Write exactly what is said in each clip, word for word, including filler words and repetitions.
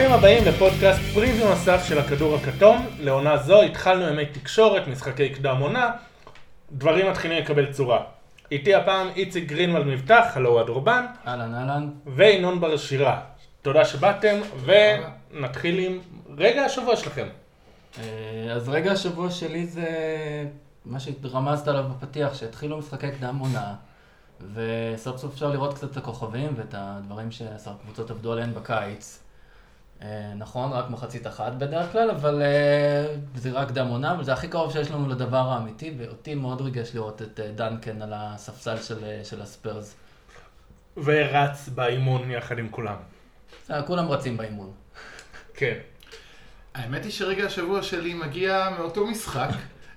ברוכים הבאים לפודקאסט פריוויו נוסף של הכדור הכתום. לעונה זו התחלנו ימי תקשורת, משחקי קדם עונה, דברים מתחילים לקבל צורה. איתי הפעם איציק גרינוולד מבטח, הלו הדרובן. אהלן אהלן. וינון בר שירה. תודה שבאתם, ונתחיל עם רגע השבוע שלכם. אז רגע השבוע שלי זה מה שרמזת עליו בפתיח, שהתחילו משחקי קדם עונה, וסוף סוף אפשר לראות קצת את הכוכבים ואת הדברים שעשר קבוצות עבדו עליהן בקיץ. נכון, רק מחצית אחת בדרך כלל, אבל זה רק קדם עונה, אבל זה הכי קרוב שיש לנו לדבר האמיתי, ואותי מאוד ריגש לראות את דנקן על הספסל של, של הספרס. ורץ באימון יחד עם כולם. כולם רצים באימון. כן. האמת היא שרגע השבוע שלי מגיע מאותו משחק.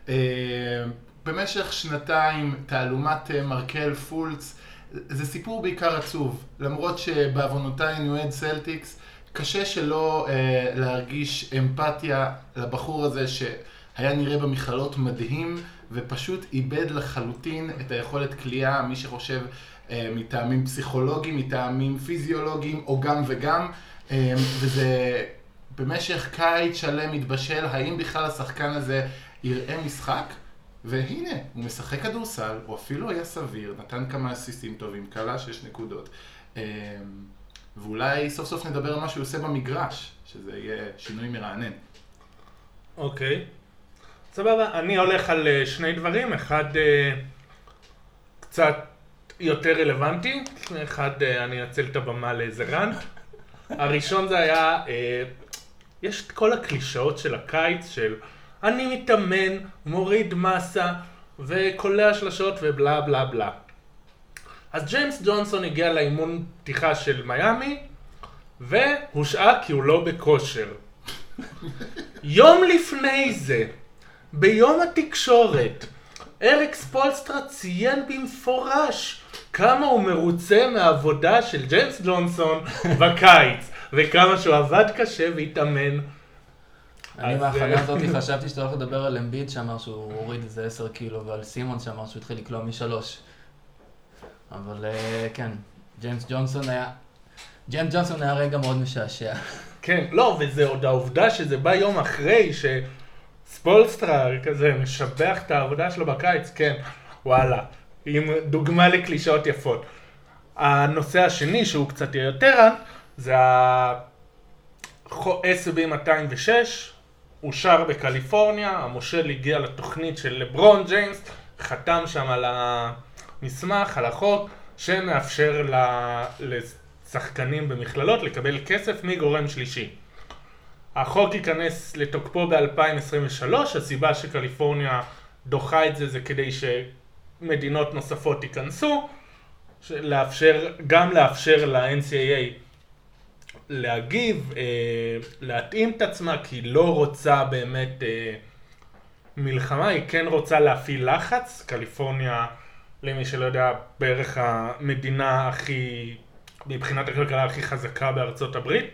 במשך שנתיים תעלומת מרקל פולץ, זה סיפור בעיקר עצוב. למרות שבעוונותיי אני אוהד סלטיקס, קשה שלא אה, להרגיש אמפתיה לבחור הזה שהיה נראה במכללות מדהים ופשוט איבד לחלוטין את היכולת קליעה, מי שחושב אה, מטעמים פסיכולוגיים, מטעמים פיזיולוגיים או גם וגם, אה, וזה במשך קיץ שלם מתבשל האם בכלל השחקן הזה יראה משחק, והנה הוא משחק כדורסל, הוא אפילו היה סביר, נתן כמה אסיסטים טובים, קלה שש נקודות. אה, ואולי סוף סוף נדבר על מה שהוא עושה במגרש, שזה יהיה שינוי מרענן. אוקיי. סבבה, אני הולך על שני דברים, אחד קצת יותר רלוונטי, אחד אני אנצל את הבמה לאיזה רנט. הראשון זה היה, יש את כל הקלישאות של הקיץ של אני מתאמן, מוריד מסה וקולע שלשות ובלה בלה בלה. אז ג'יימס ג'ונסון הגיע לאימון פתיחה של מיאמי, והושעה כי הוא לא בכושר. יום לפני זה, ביום התקשורת, אריק ספולסטרה ציין במפורש כמה הוא מרוצה מהעבודה של ג'יימס ג'ונסון בקיץ, וכמה שהוא עבד קשה והתאמן. אני מההכנה הזאת חשבתי שאתה הולך לדבר על אמביד שאמר שהוא הוריד איזה עשר קילו, ועל סימון שאמר שהוא התחיל לקלוע משלוש. אבל כן, ג'יימס ג'ונסון היה, ג'יימס ג'ונסון היה רגע מאוד משעשע. כן, לא, וזה עוד העובדה שזה בא יום אחרי שספולסטרה כזה משבח את העבודה שלו בקיץ, כן, וואלה, עם דוגמה לקלישאות יפות. הנושא השני שהוא קצת יותר רן, זה ה-אס בי מאתיים ושש, אושר בקליפורניה, המושל הגיע לתוכנית של לברון ג'יימס, חתם שם על ה... מסמך על החוק שמאפשר לשחקנים במכללות לקבל כסף מגורם שלישי. החוק ייכנס לתוקפו ב-אלפיים עשרים ושלוש, הסיבה שקליפורניה דוחה את זה זה כדי שמדינות נוספות ייכנסו, לאפשר, גם לאפשר ל-אן סי איי איי להגיב, אה, להתאים את עצמה, כי היא לא רוצה באמת אה, מלחמה, היא כן רוצה להפעיל לחץ. קליפורניה, למי שלא יודע, בערך המדינה הכי, מבחינת הכלכלה הכי חזקה בארצות הברית.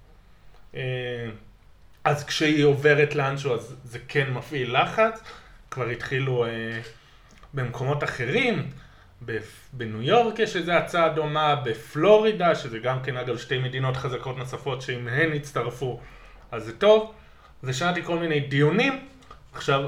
אז כשהיא עוברת לאנשהו, אז זה כן מפעיל לחץ. כבר התחילו במקומות אחרים, בניו יורק יש איזו הצעה דומה, בפלורידה, שזה גם כן אגב שתי מדינות חזקות נוספות, שאם הן יצטרפו, אז זה טוב. זה שמעתי כל מיני דיונים. עכשיו,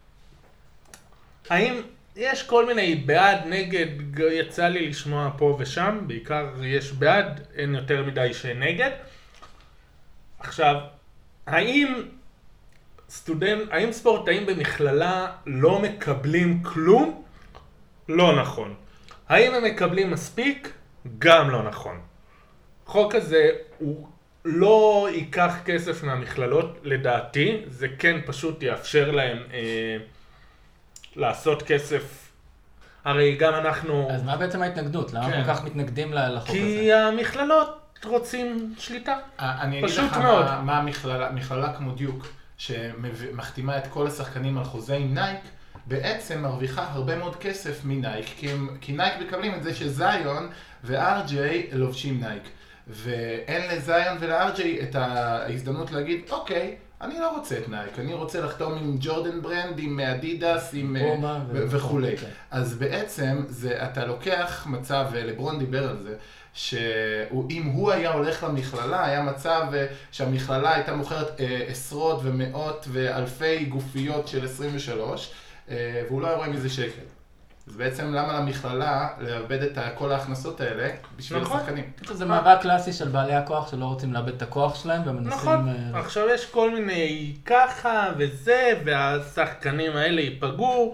האם... יש כל מיני בעד, נגד, יצא לי לשמוע פה ושם, בעיקר יש בעד, אין יותר מדי שנגד. עכשיו, האם סטודנט, האם ספורטאים במכללה לא מקבלים כלום? לא נכון. האם הם מקבלים מספיק? גם לא נכון. החוק הזה הוא לא ייקח כסף מהמכללות, לדעתי, זה כן פשוט יאפשר להם... אה, לעשות כסף, הרי גם אנחנו... אז מה בעצם ההתנגדות? למה כל כך מתנגדים לחוק הזה? כי המכללות רוצים שליטה, פשוט מאוד. מה המכללה, מכללה כמו דיוק, שמחתימה את כל השחקנים על חוזה עם נייק, בעצם מרוויחה הרבה מאוד כסף מנייק, כי, הם, כי נייק מקבלים את זה שזיון ו-אר ג'יי לובשים נייק. ואין לזיון ול-אר ג'יי את ההזדמנות להגיד, אוקיי, אני לא רוצה את נייק, אני רוצה לחתום עם ג'ורדן ברנד, עם אדידס, עם וכולי. אז בעצם זה, אתה לוקח מצב, לברון דיבר על זה, שאם הוא היה הולך למכללה, היה מצב שהמכללה הייתה מוכרת עשרות ומאות ואלפי גופיות של עשרים ושלוש, והוא לא היה רואה מזה שקל. אז בעצם למה למכללה לאבד את כל ההכנסות האלה בשביל השחקנים? זה מאבק קלאסי של בעלי הכוח שלא רוצים לאבד את הכוח שלהם ומנסים... נכון, עכשיו יש כל מיני ככה וזה, והשחקנים האלה ייפגעו.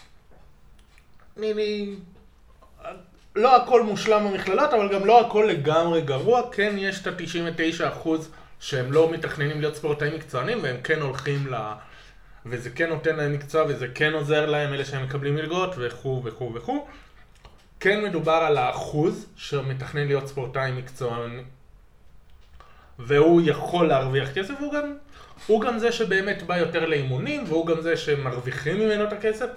לא הכל מושלם במכללות, אבל גם לא הכל לגמרי גרוע. כן, יש את ה-תשעים ותשעה אחוז שהם לא מתכננים להיות ספורטאים מקצוענים, והם כן הולכים ל... וזה כן נותן להם מקצוע, וזה כן עוזר להם, אלה שהם מקבלים מלגות, וכו' וכו' וכו'. כן מדובר על האחוז שמתכנן להיות ספורטאי מקצועני, והוא יכול להרוויח כסף, והוא גם, הוא גם זה שבאמת בא יותר לאימונים, והוא גם זה שמרוויחים ממנו את הכסף.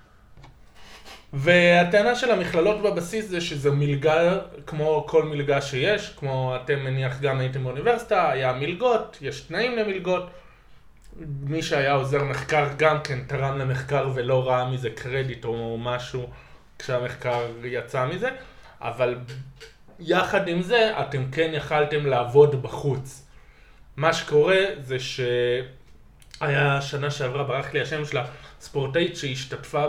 והטענה של המכללות בבסיס זה שזו מלגה כמו כל מלגה שיש, כמו אתם מניח גם הייתם באוניברסיטה, היה מלגות, יש תנאים למלגות. מי שהיה עוזר מחקר גם כן תרם למחקר ולא ראה מזה קרדיט או משהו כשהמחקר יצא מזה, אבל יחד עם זה אתם כן יכלתם לעבוד בחוץ. מה שקורה זה שהיה שנה שעברה, ברח לי השם שלה, ספורטאית שהשתתפה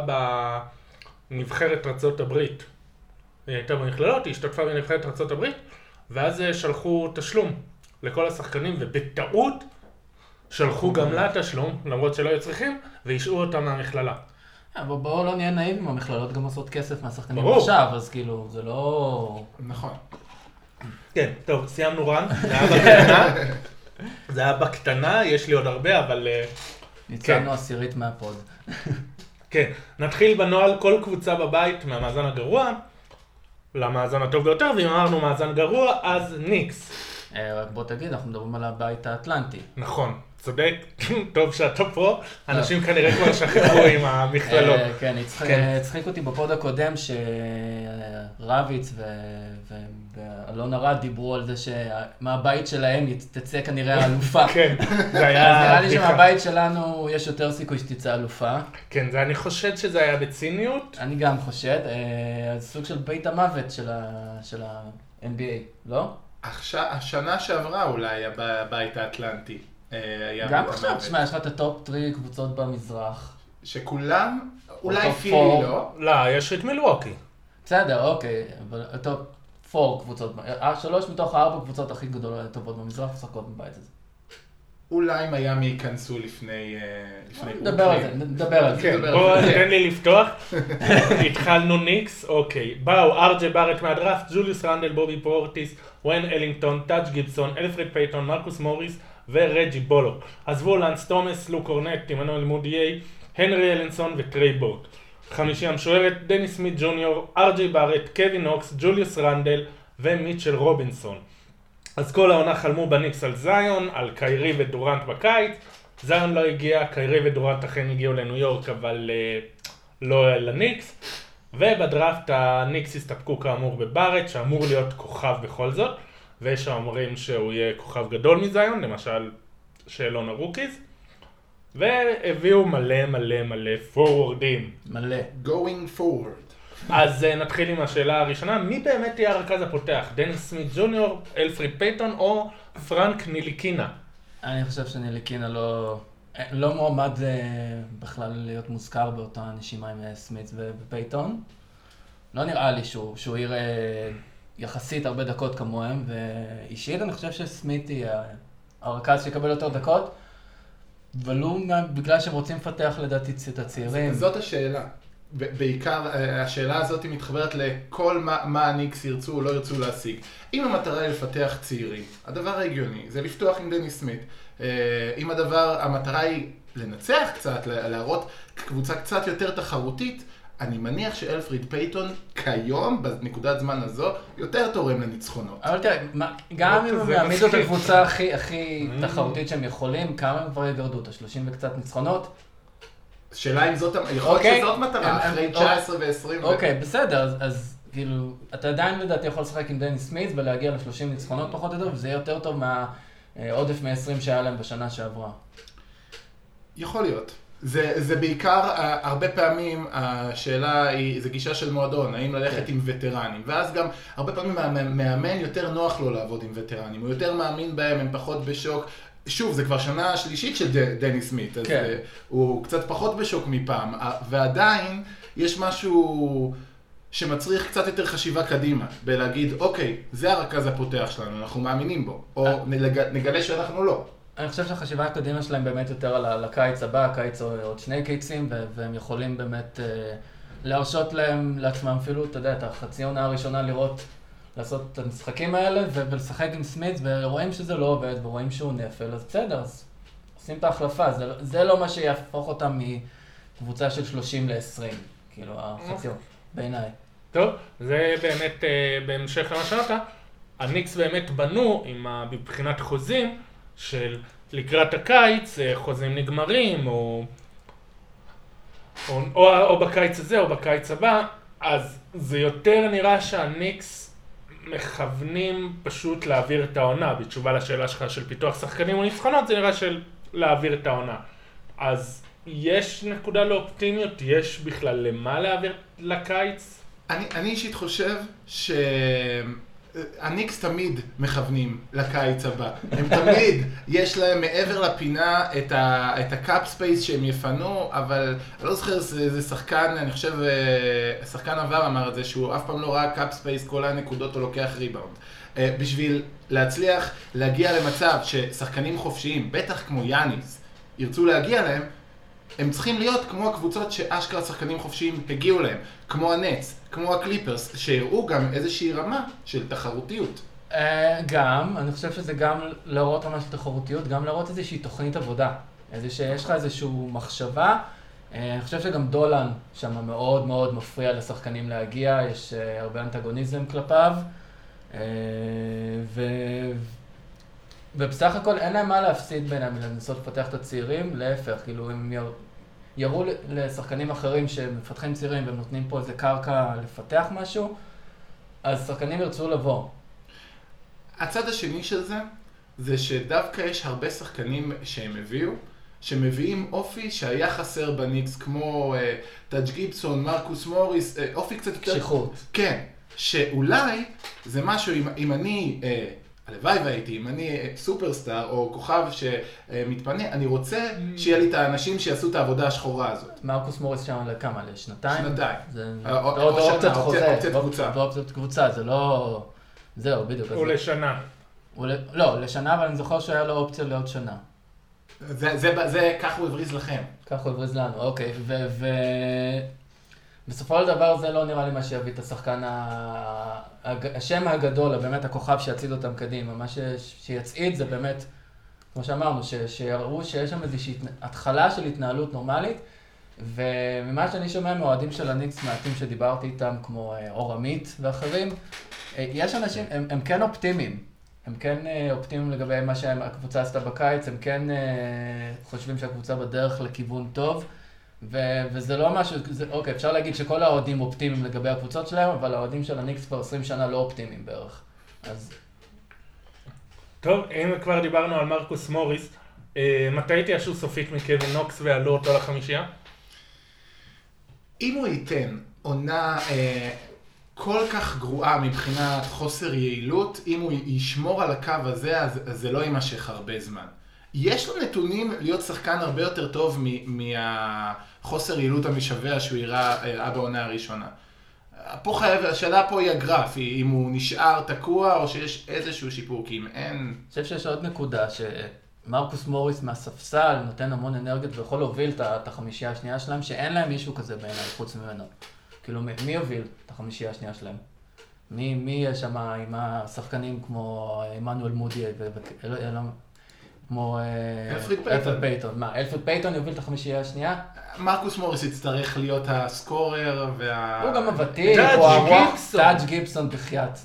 בנבחרת ארצות הברית. היא הייתה במכללות, היא השתתפה בנבחרת ארצות הברית, ואז שלחו תשלום לכל השחקנים, ובטעות שלחו גם לה תשלום, למרות שלא היו צריכים, והשאו אותם מהמכללה. אבל בואו לא נהיה נאיבים, המכללות גם עושות כסף מהשחקנים עכשיו, אז כאילו, זה לא... נכון. כן, טוב, סיימנו רן, זה היה בקטנה, זה היה בקטנה, יש לי עוד הרבה, אבל... ניצלנו עשירית מהפוד. כן, נתחיל בנועל כל קבוצה בבית מהמאזן הגרוע, למאזן הטוב ביותר, ואם אמרנו מאזן גרוע, אז ניקס. רק בוא תגיד, אנחנו מדברים על הבית האטלנטי. נכון, צודק, טוב שאתה פה, אנשים כנראה כבר שכחו עם המכללות. כן, הצחיק אותי בפוד הקודם שרביץ ואלון ארד דיברו על זה שמהבית שלהם תצא כנראה אלופה. כן, זה היה... אז נראה לי שמהבית שלנו יש יותר סיכוי שתצא אלופה. כן, אני חושד שזה היה בציניות. אני גם חושד, זה סוג של בית המוות של ה-אן בי איי, לא? השנה שעברה אולי הבית האטלנטי. גם עכשיו, תשמע, יש לך את הטופ טרי קבוצות במזרח. שכולם, אולי פילי לא. לא, יש את מילווקי. בסדר, אוקיי, אבל הטופ פור קבוצות, שלוש מתוך הארבע קבוצות הכי גדולות טובות במזרח משחקות בבית הזה. אולי מיאמי ייכנסו לפני... נדבר על זה, נדבר על זה. בוא תן לי לפתוח. התחלנו ניקס, אוקיי. באו ארג'י בארט מהדראפט, ג'וליוס רנדל, בובי פורטיס, וויין אלינגטון, טאג' גיבסון, אלפרד פייטון, מרקוס מוריס ורג'י בולוק. עזבו לנס תומאס, לוק קורנט, עמנואל מודיי, הנרי אלנסון וטריי בוט. חמישי המשוערת, דני סמית ג'וניור, ארג'י בארט, קווין נוקס, ג'וליוס רנדל ומיטשל רובינסון. אז כל העונה חלמו בניקס על זיון, על קיירי ודורנט בקיץ. זיון לא הגיע, קיירי ודורנט אכן הגיעו לניו יורק, אבל uh, לא לניקס. ובדראפט הניקס הסתפקו כאמור בבארט, שאמור להיות כוכב בכל זאת. ויש שאומרים שהוא יהיה כוכב גדול מזיון, למשל שאלון הרוקיז. והביאו מלא מלא מלא פורורדים. מלא. Going forward. אז uh, נתחיל עם השאלה הראשונה, מי באמת יהיה הרכז הפותח? דני סמית ג'וניור, אלפרד פייטון או פרנק ניליקינה? אני חושב שניליקינה לא, לא מועמד uh, בכלל להיות מוזכר באותה נשימה עם סמית ופייטון. לא נראה לי שהוא, שהוא יראה יחסית הרבה דקות כמוהם, ואישית אני חושב שסמית יהיה הרכז שיקבל יותר דקות, ולו בגלל שהם רוצים לפתח לדעתי את הצעירים. זאת השאלה. בעיקר השאלה הזאת מתחברת לכל מה, מה הניקס ירצו או לא ירצו להשיג. אם המטרה היא לפתח צעירים, הדבר ההגיוני זה לפתוח עם דני סמית. אם הדבר, המטרה היא לנצח קצת, להראות קבוצה קצת יותר תחרותית, אני מניח שאלפרד פייטון כיום, בנקודת זמן הזו, יותר תורם לניצחונות. אבל תראה, גם אם הם יעמידו את הקבוצה הכי, הכי תחרותית שהם יכולים, כמה הם כבר יגרדו את ה-שלושים וקצת ניצחונות? שאלה אם זאת, יכול להיות שזאת מטרה, אחרי תשע עשרה ועשרים. אוקיי, בסדר, אז כאילו, אתה עדיין לדעתי יכול לשחק עם דני סמית ולהגיע ל-שלושים ניצחונות פחות או יותר, וזה יהיה יותר טוב מהעודף מ-עשרים שהיה להם בשנה שעברה. יכול להיות. זה, זה בעיקר, הרבה פעמים השאלה היא, זה גישה של מועדון, האם ללכת עם וטרנים, ואז גם הרבה פעמים מאמן יותר נוח לו לעבוד עם וטרנים, הוא יותר מאמין בהם, הם פחות בשוק. שוב, זה כבר שנה שלישית של דני סמית, אז כן. הוא קצת פחות בשוק מפעם, ועדיין יש משהו שמצריך קצת יותר חשיבה קדימה, בלהגיד, אוקיי, זה הרכז הפותח שלנו, אנחנו מאמינים בו, או נגלה שאנחנו לא. אני חושב שהחשיבה הקדימה שלהם באמת יותר על הקיץ הבא, הקיץ או עוד שני קיצים, והם יכולים באמת להרשות להם, לעצמם אפילו, אתה יודע, את החצי עונה הראשונה לראות, לעשות את המשחקים האלה, ולשחק עם סמית, ורואים שזה לא עובד, ורואים שהוא נפל, אז בסדר, אז עושים את ההחלפה, זה, זה לא מה שיהפוך אותם מקבוצה של שלושים ל-עשרים, כאילו, החצי עונה, בעיניי. טוב, זה באמת, בהמשך למה שאמרת, הניקס באמת בנו עם מבחינת חוזים, של לקראת הקיץ, חוזים נגמרים, או, או, או, או בקיץ הזה או בקיץ הבא, אז זה יותר נראה שהניקס מכוונים פשוט להעביר את העונה, בתשובה לשאלה שלך של פיתוח שחקנים או נבחנות, זה נראה של להעביר את העונה. אז יש נקודה לאופטימיות, יש בכלל למה להעביר לקיץ? אני, אני אישית חושב ש... הניקס תמיד מכוונים לקיץ הבא. הם תמיד, יש להם מעבר לפינה את ה, את הקאפ ספייס שהם יפנו, אבל אני לא זוכר, זה, זה שחקן, אני חושב, שחקן עבר אמר את זה, שהוא אף פעם לא ראה קאפ ספייס, כל הנקודות הוא לוקח ריבאונד. בשביל להצליח להגיע למצב ששחקנים חופשיים, בטח כמו יאניס, ירצו להגיע להם, הם צריכים להיות כמו הקבוצות שאשכרה שחקנים חופשיים הגיעו להם, כמו הנץ, כמו הקליפרס, שיראו גם איזושהי רמה של תחרותיות. גם, אני חושב שזה גם להראות רמה של תחרותיות, גם להראות איזושהי תוכנית עבודה. איזה שיש לך איזושהי מחשבה. אני חושב שגם דולן שם מאוד מאוד מפריע לשחקנים להגיע, יש הרבה אנטגוניזם כלפיו. ו... ובסך הכל אין להם מה להפסיד בינם לנסות לפתח את הצעירים, להפך, כאילו הם יראו לשחקנים אחרים שמפתחים צעירים והם נותנים פה איזה קרקע לפתח משהו, אז שחקנים ירצו לבוא. הצד השני של זה, זה שדווקא יש הרבה שחקנים שהם הביאו, שמביאים אופי שהיה חסר בניקס, כמו טאג' גיבסון, מרקוס מוריס, אופי קצת יותר... קשיחות. כן, שאולי זה משהו, אם, אם אני... הלוואי והייתי, אם אני סופרסטאר או כוכב שמתפנה, אני רוצה שיהיה לי את האנשים שיעשו את העבודה השחורה הזאת. מרקוס מוריס שם לכמה? לשנתיים? שנתיים. זה אופציית חוזה. אופציית קבוצה. אופציית קבוצה, זה לא... זהו, בדיוק. הוא לשנה. לא, לשנה, אבל אני זוכר שהיה לו אופציה לעוד שנה. זה, כך הוא הבריז לכם. כך הוא הבריז לנו, אוקיי. ו... בסופו של דבר זה לא נראה לי מה שיביא את השחקן, השם הגדול, באמת הכוכב שיציד אותם קדימה. מה שיצעיד זה באמת, כמו שאמרנו, שיראו שיש שם איזושהי התחלה של התנהלות נורמלית, וממה שאני שומע מאוהדים של הניקס, מעטים שדיברתי איתם, כמו אור עמית ואחרים, יש אנשים, הם, הם כן אופטימיים. הם כן אופטימיים לגבי מה שהקבוצה עשתה בקיץ, הם כן חושבים שהקבוצה בדרך לכיוון טוב, ו- וזה לא משהו, זה, אוקיי, אפשר להגיד שכל האוהדים אופטימיים לגבי הקבוצות שלהם, אבל האוהדים של הניקס כבר עשרים שנה לא אופטימיים בערך. אז... טוב, אם כבר דיברנו על מרקוס מוריס, אה, מתי תיישו סופית מקווין נוקס ועלו אותו לחמישייה? אם הוא ייתן עונה אה, כל כך גרועה מבחינת חוסר יעילות, אם הוא ישמור על הקו הזה, אז, אז זה לא יימשך הרבה זמן. יש לו נתונים להיות שחקן הרבה יותר טוב מהחוסר יעילות המשווע שהוא הראה בעונה הראשונה. פה חייב, השאלה פה היא הגרף, אם הוא נשאר תקוע או שיש איזשהו שיפור, כי אם אין... אני חושב שיש עוד נקודה, שמרקוס מוריס מהספסל נותן המון אנרגיות ויכול להוביל את החמישייה השנייה שלהם, שאין להם מישהו כזה בעיניי חוץ ממנו. כאילו, מי יוביל את החמישייה השנייה שלהם? מי, מי יש שם עם השחקנים כמו עמנואל מודי ו... כמו אלפרד פייטון. מה, אלפרד פייטון יוביל את החמישייה השנייה? מרקוס מוריס יצטרך להיות הסקורר וה... הוא גם הוותיק, הוא הרוח, טאג' גיבסון בחייאת.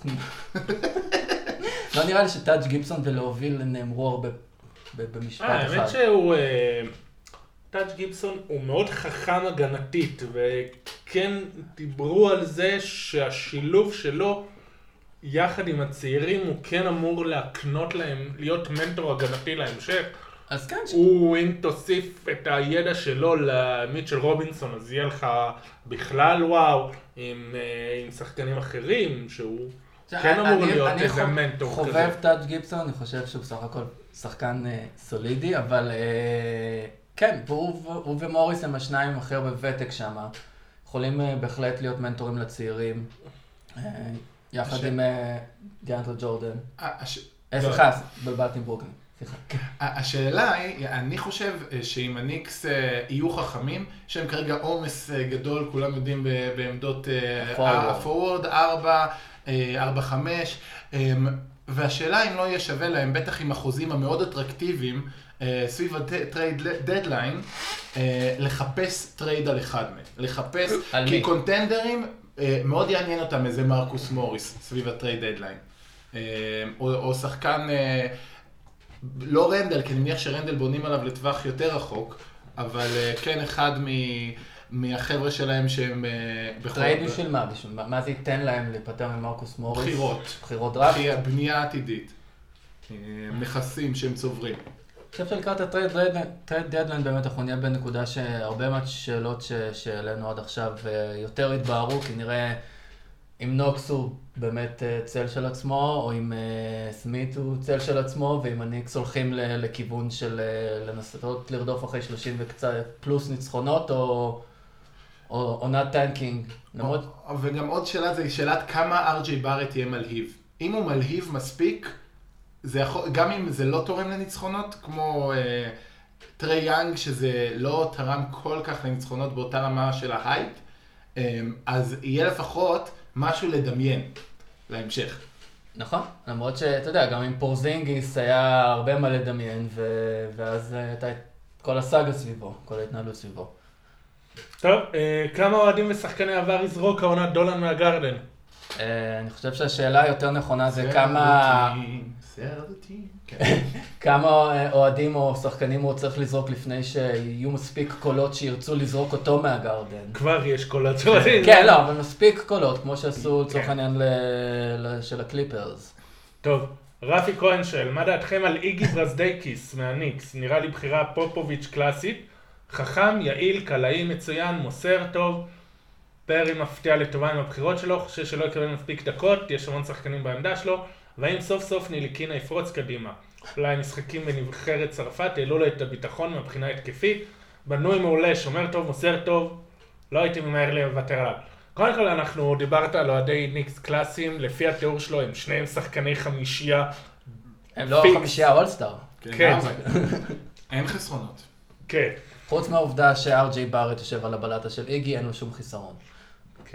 לא נראה לי שטאג' גיבסון ולהוביל נאמרו הרבה במשפט אחד. האמת שהוא... טאג' גיבסון הוא מאוד חכם הגנתית, וכן דיברו על זה שהשילוב שלו יחד עם הצעירים הוא כן אמור להקנות להם, להיות מנטור הגנתי להמשך. אז כן, ש... הוא, אם תוסיף את הידע שלו למיטשל רובינסון, אז יהיה לך בכלל וואו, עם, עם שחקנים אחרים, שהוא כן אמור להיות איזה מנטור כזה. אני חובב טאג' גיבסון, אני חושב שהוא בסך הכל שחקן סולידי, אבל כן, הוא ומוריס הם השניים הכי הרבה ותק שם, יכולים בהחלט להיות מנטורים לצעירים, יחד עם דיאנדרה ג'ורדן. סליחה, בלבלתי עם ברוקלין. השאלה היא, אני חושב שאם הניקס יהיו חכמים, שהם כרגע עומס גדול, כולם יודעים בעמדות הפורוורד, ארבע, ארבע, חמש, והשאלה אם לא יהיה שווה להם, בטח עם החוזים המאוד אטרקטיביים, סביב הטרייד דדליין, לחפש טרייד על אחד מהם. לחפש, כי קונטנדרים מאוד יעניין אותם איזה מרקוס מוריס סביב הטרייד דדליין. או שחקן... לא רנדל, כי אני מניח שרנדל בונים עליו לטווח יותר רחוק, אבל כן אחד מהחבר'ה שלהם שהם... טרייד בשביל מה? מה זה ייתן להם להיפטר ממרקוס מוריס? בחירות. בחירות דראפט? בנייה עתידית. נכסים שהם צוברים. אני חושב שלקראת הטרייד דדליין באמת אנחנו נהיה בנקודה שהרבה מהשאלות שהעלינו עד עכשיו יותר התבהרו, כי נראה אם נוקס הוא באמת צל של עצמו, או אם סמית הוא צל של עצמו, ואם הניקס הולכים לכיוון של לנסות לרדוף אחרי שלושים וקצת פלוס ניצחונות, או עונת טנקינג. וגם עוד שאלה זה שאלת כמה אר ג'יי בארט יהיה מלהיב. אם הוא מלהיב מספיק, גם אם זה לא תורם לניצחונות, כמו טרי יאנג, שזה לא תרם כל כך לניצחונות באותה רמה של ההייפ, אז יהיה לפחות משהו לדמיין להמשך. נכון, למרות שאתה יודע, גם עם פורזינגיס היה הרבה מה לדמיין, ואז הייתה כל הסאגה סביבו, כל ההתנהלות סביבו. טוב, כמה אוהדים ושחקני עבר יזרוק העונת דולן מהגרדן? אני חושב שהשאלה היותר נכונה זה כמה... כמה אוהדים או שחקנים הוא צריך לזרוק לפני שיהיו מספיק קולות שירצו לזרוק אותו מהגרדן. כבר יש קולות שרוצים. כן, לא, אבל מספיק קולות, כמו שעשו לצורך העניין של הקליפרס. טוב, רפי כהן שואל, מה דעתכם על איגי ברזדייקיס מהניקס? נראה לי בחירה פופוביץ' קלאסית, חכם, יעיל, קלעי מצוין, מוסר טוב, פרי מפתיע לטובה עם הבחירות שלו, חושב שלא יקבל מספיק דקות, יש המון שחקנים בעמדה שלו, והאם סוף סוף ניליקינה יפרוץ קדימה. אולי משחקים בנבחרת צרפת, העלו לו את הביטחון מבחינה התקפית, בנוי מעולה, שומר טוב, מוסר טוב, לא הייתי ממהר לוותר עליו. קודם כל אנחנו דיברת על אוהדי ניקס קלאסיים, לפי התיאור שלו הם שניהם שחקני חמישייה. הם לא חמישייה אולסטאר. כן. אין חסרונות. כן. חוץ מהעובדה ש-אר ג'יי בארט יושב על הבלטה של איגי, אין לו שום חיסרון. כן.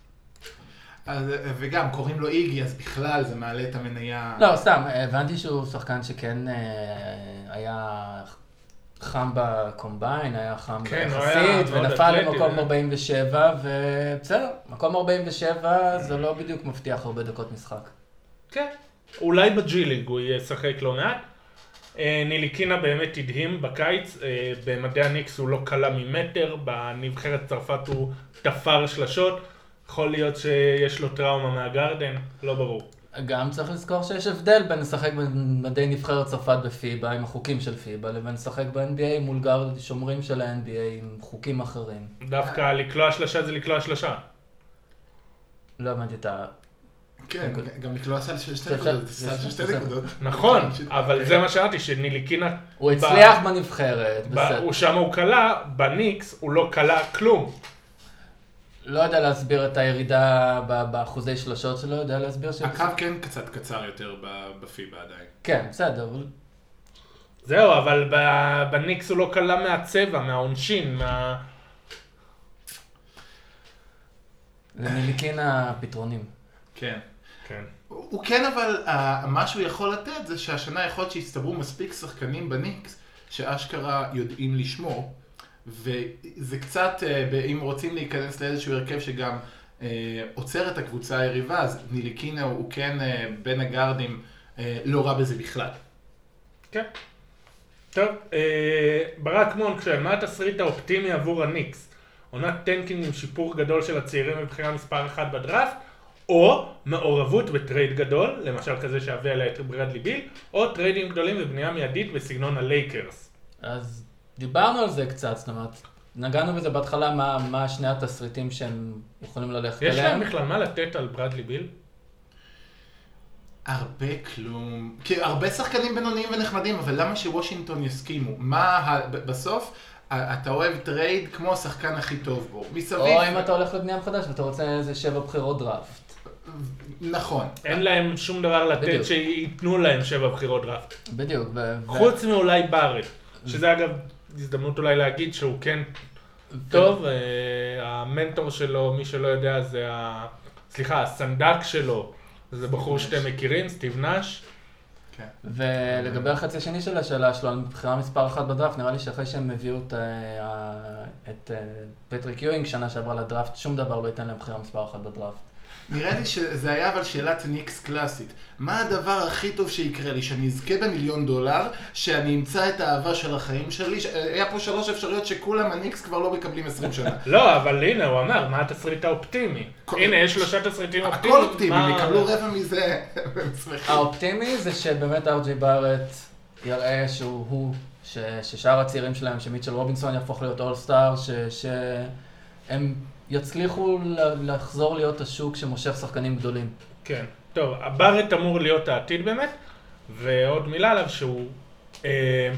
וגם קוראים לו איגי, אז בכלל זה מעלה את המניה... לא, סתם, הבנתי שהוא שחקן שכן היה חם בקומביין, היה חם יחסית, ונפל למקום ארבעים ושבע, ובסדר, מקום ארבעים ושבע זה לא בדיוק מבטיח הרבה דקות משחק. כן, אולי בג'יליג הוא ישחק לא מעט. ניליקינה באמת הדהים בקיץ, במדעי הניקס הוא לא קלה ממטר, בנבחרת צרפת הוא תפר שלשות, יכול להיות שיש לו טראומה מהגרדן, לא ברור. גם צריך לזכור שיש הבדל בין לשחק במדעי נבחרת צרפת בפיבה עם החוקים של פיבה, לבין לשחק ב-אן בי איי מול גארד שומרים של ה-אן בי איי עם חוקים אחרים. דווקא לקלוע שלשה זה לקלוע שלשה. לא הבנתי את ה... כן, גם לקלוע סל של שתי נקודות, סל של שתי נקודות. נכון, אבל זה מה שאמרתי, שניליקינה... הוא הצליח בנבחרת, בסדר. הוא שם הוא קלה, בניקס הוא לא קלה כלום. לא יודע להסביר את הירידה באחוזי שלושות שלו, יודע להסביר ש... הקו כן קצת קצר יותר בפיבה עדיין. כן, בסדר. זהו, אבל בניקס הוא לא קלה מהצבע, מהעונשין, מה... לניליקינה פתרונים. כן. כן. הוא כן, אבל מה שהוא יכול לתת זה שהשנה יכול להיות שהצטברו מספיק שחקנים בניקס שאשכרה יודעים לשמור. וזה קצת, אם רוצים להיכנס לאיזשהו הרכב שגם עוצר את הקבוצה היריבה, אז ניליקינה הוא כן בין הגארדים לא רע בזה בכלל. כן. טוב, ברק מונק שואל, מה התסריט האופטימי עבור הניקס? עונת טנקינג עם שיפור גדול של הצעירים מבחירה מספר אחת בדראפט, או מעורבות בטרייד גדול, למשל כזה שהביא עליה את ברדלי ביל, או טריידים גדולים ובנייה מיידית בסגנון הלייקרס. אז דיברנו על זה קצת, זאת אומרת, נגענו בזה בהתחלה, מה, מה שני התסריטים שהם יכולים ללכת יש אליהם. להם בכלל מה לתת על ברדלי ביל? הרבה כלום. כי הרבה שחקנים בינוניים ונחמדים, אבל למה שוושינגטון יסכימו? מה, ה... בסוף, אתה אוהב טרייד כמו השחקן הכי טוב בו. מסביב... או אם אתה הולך לבנייה מחדש ואתה רוצה איזה שבע בחירות דראפט. נכון. אין להם שום דבר לתת שייתנו להם שבע בחירות דראפט. בדיוק. חוץ מאולי בארט, שזה אגב הזדמנות אולי להגיד שהוא כן טוב, המנטור שלו, מי שלא יודע, זה ה... סליחה, הסנדק שלו, זה בחור שאתם מכירים, סטיב נאש. ולגבי החצי השני של השאלה שלו, על בחירה מספר אחת בדראפט, נראה לי שאחרי שהם הביאו את, את פטריק יואינג שנה שעברה לדראפט, שום דבר לא ייתן להם בחירה מספר אחת בדראפט. נראה לי שזה היה אבל שאלת ניקס קלאסית. מה הדבר הכי טוב שיקרה לי? שאני אזכה במיליון דולר, שאני אמצא את האהבה של החיים שלי? היה פה שלוש אפשרויות שכולם הניקס כבר לא מקבלים עשרים שנה. לא, אבל הנה, הוא אמר, מה התסריט האופטימי? הנה, יש שלושה תסריטים אופטימיים. הכל אופטימי, הם יקבלו רבע מזה. האופטימי זה שבאמת אר ג'יי בארט יראה שהוא הוא, ששאר הצעירים שלהם, שמיטשל רובינסון יהפוך להיות אולסטאר, שהם יצליחו לחזור להיות השוק שמושך שחקנים גדולים. כן, טוב, בארט אמור להיות העתיד באמת, ועוד מילה עליו שהוא אה,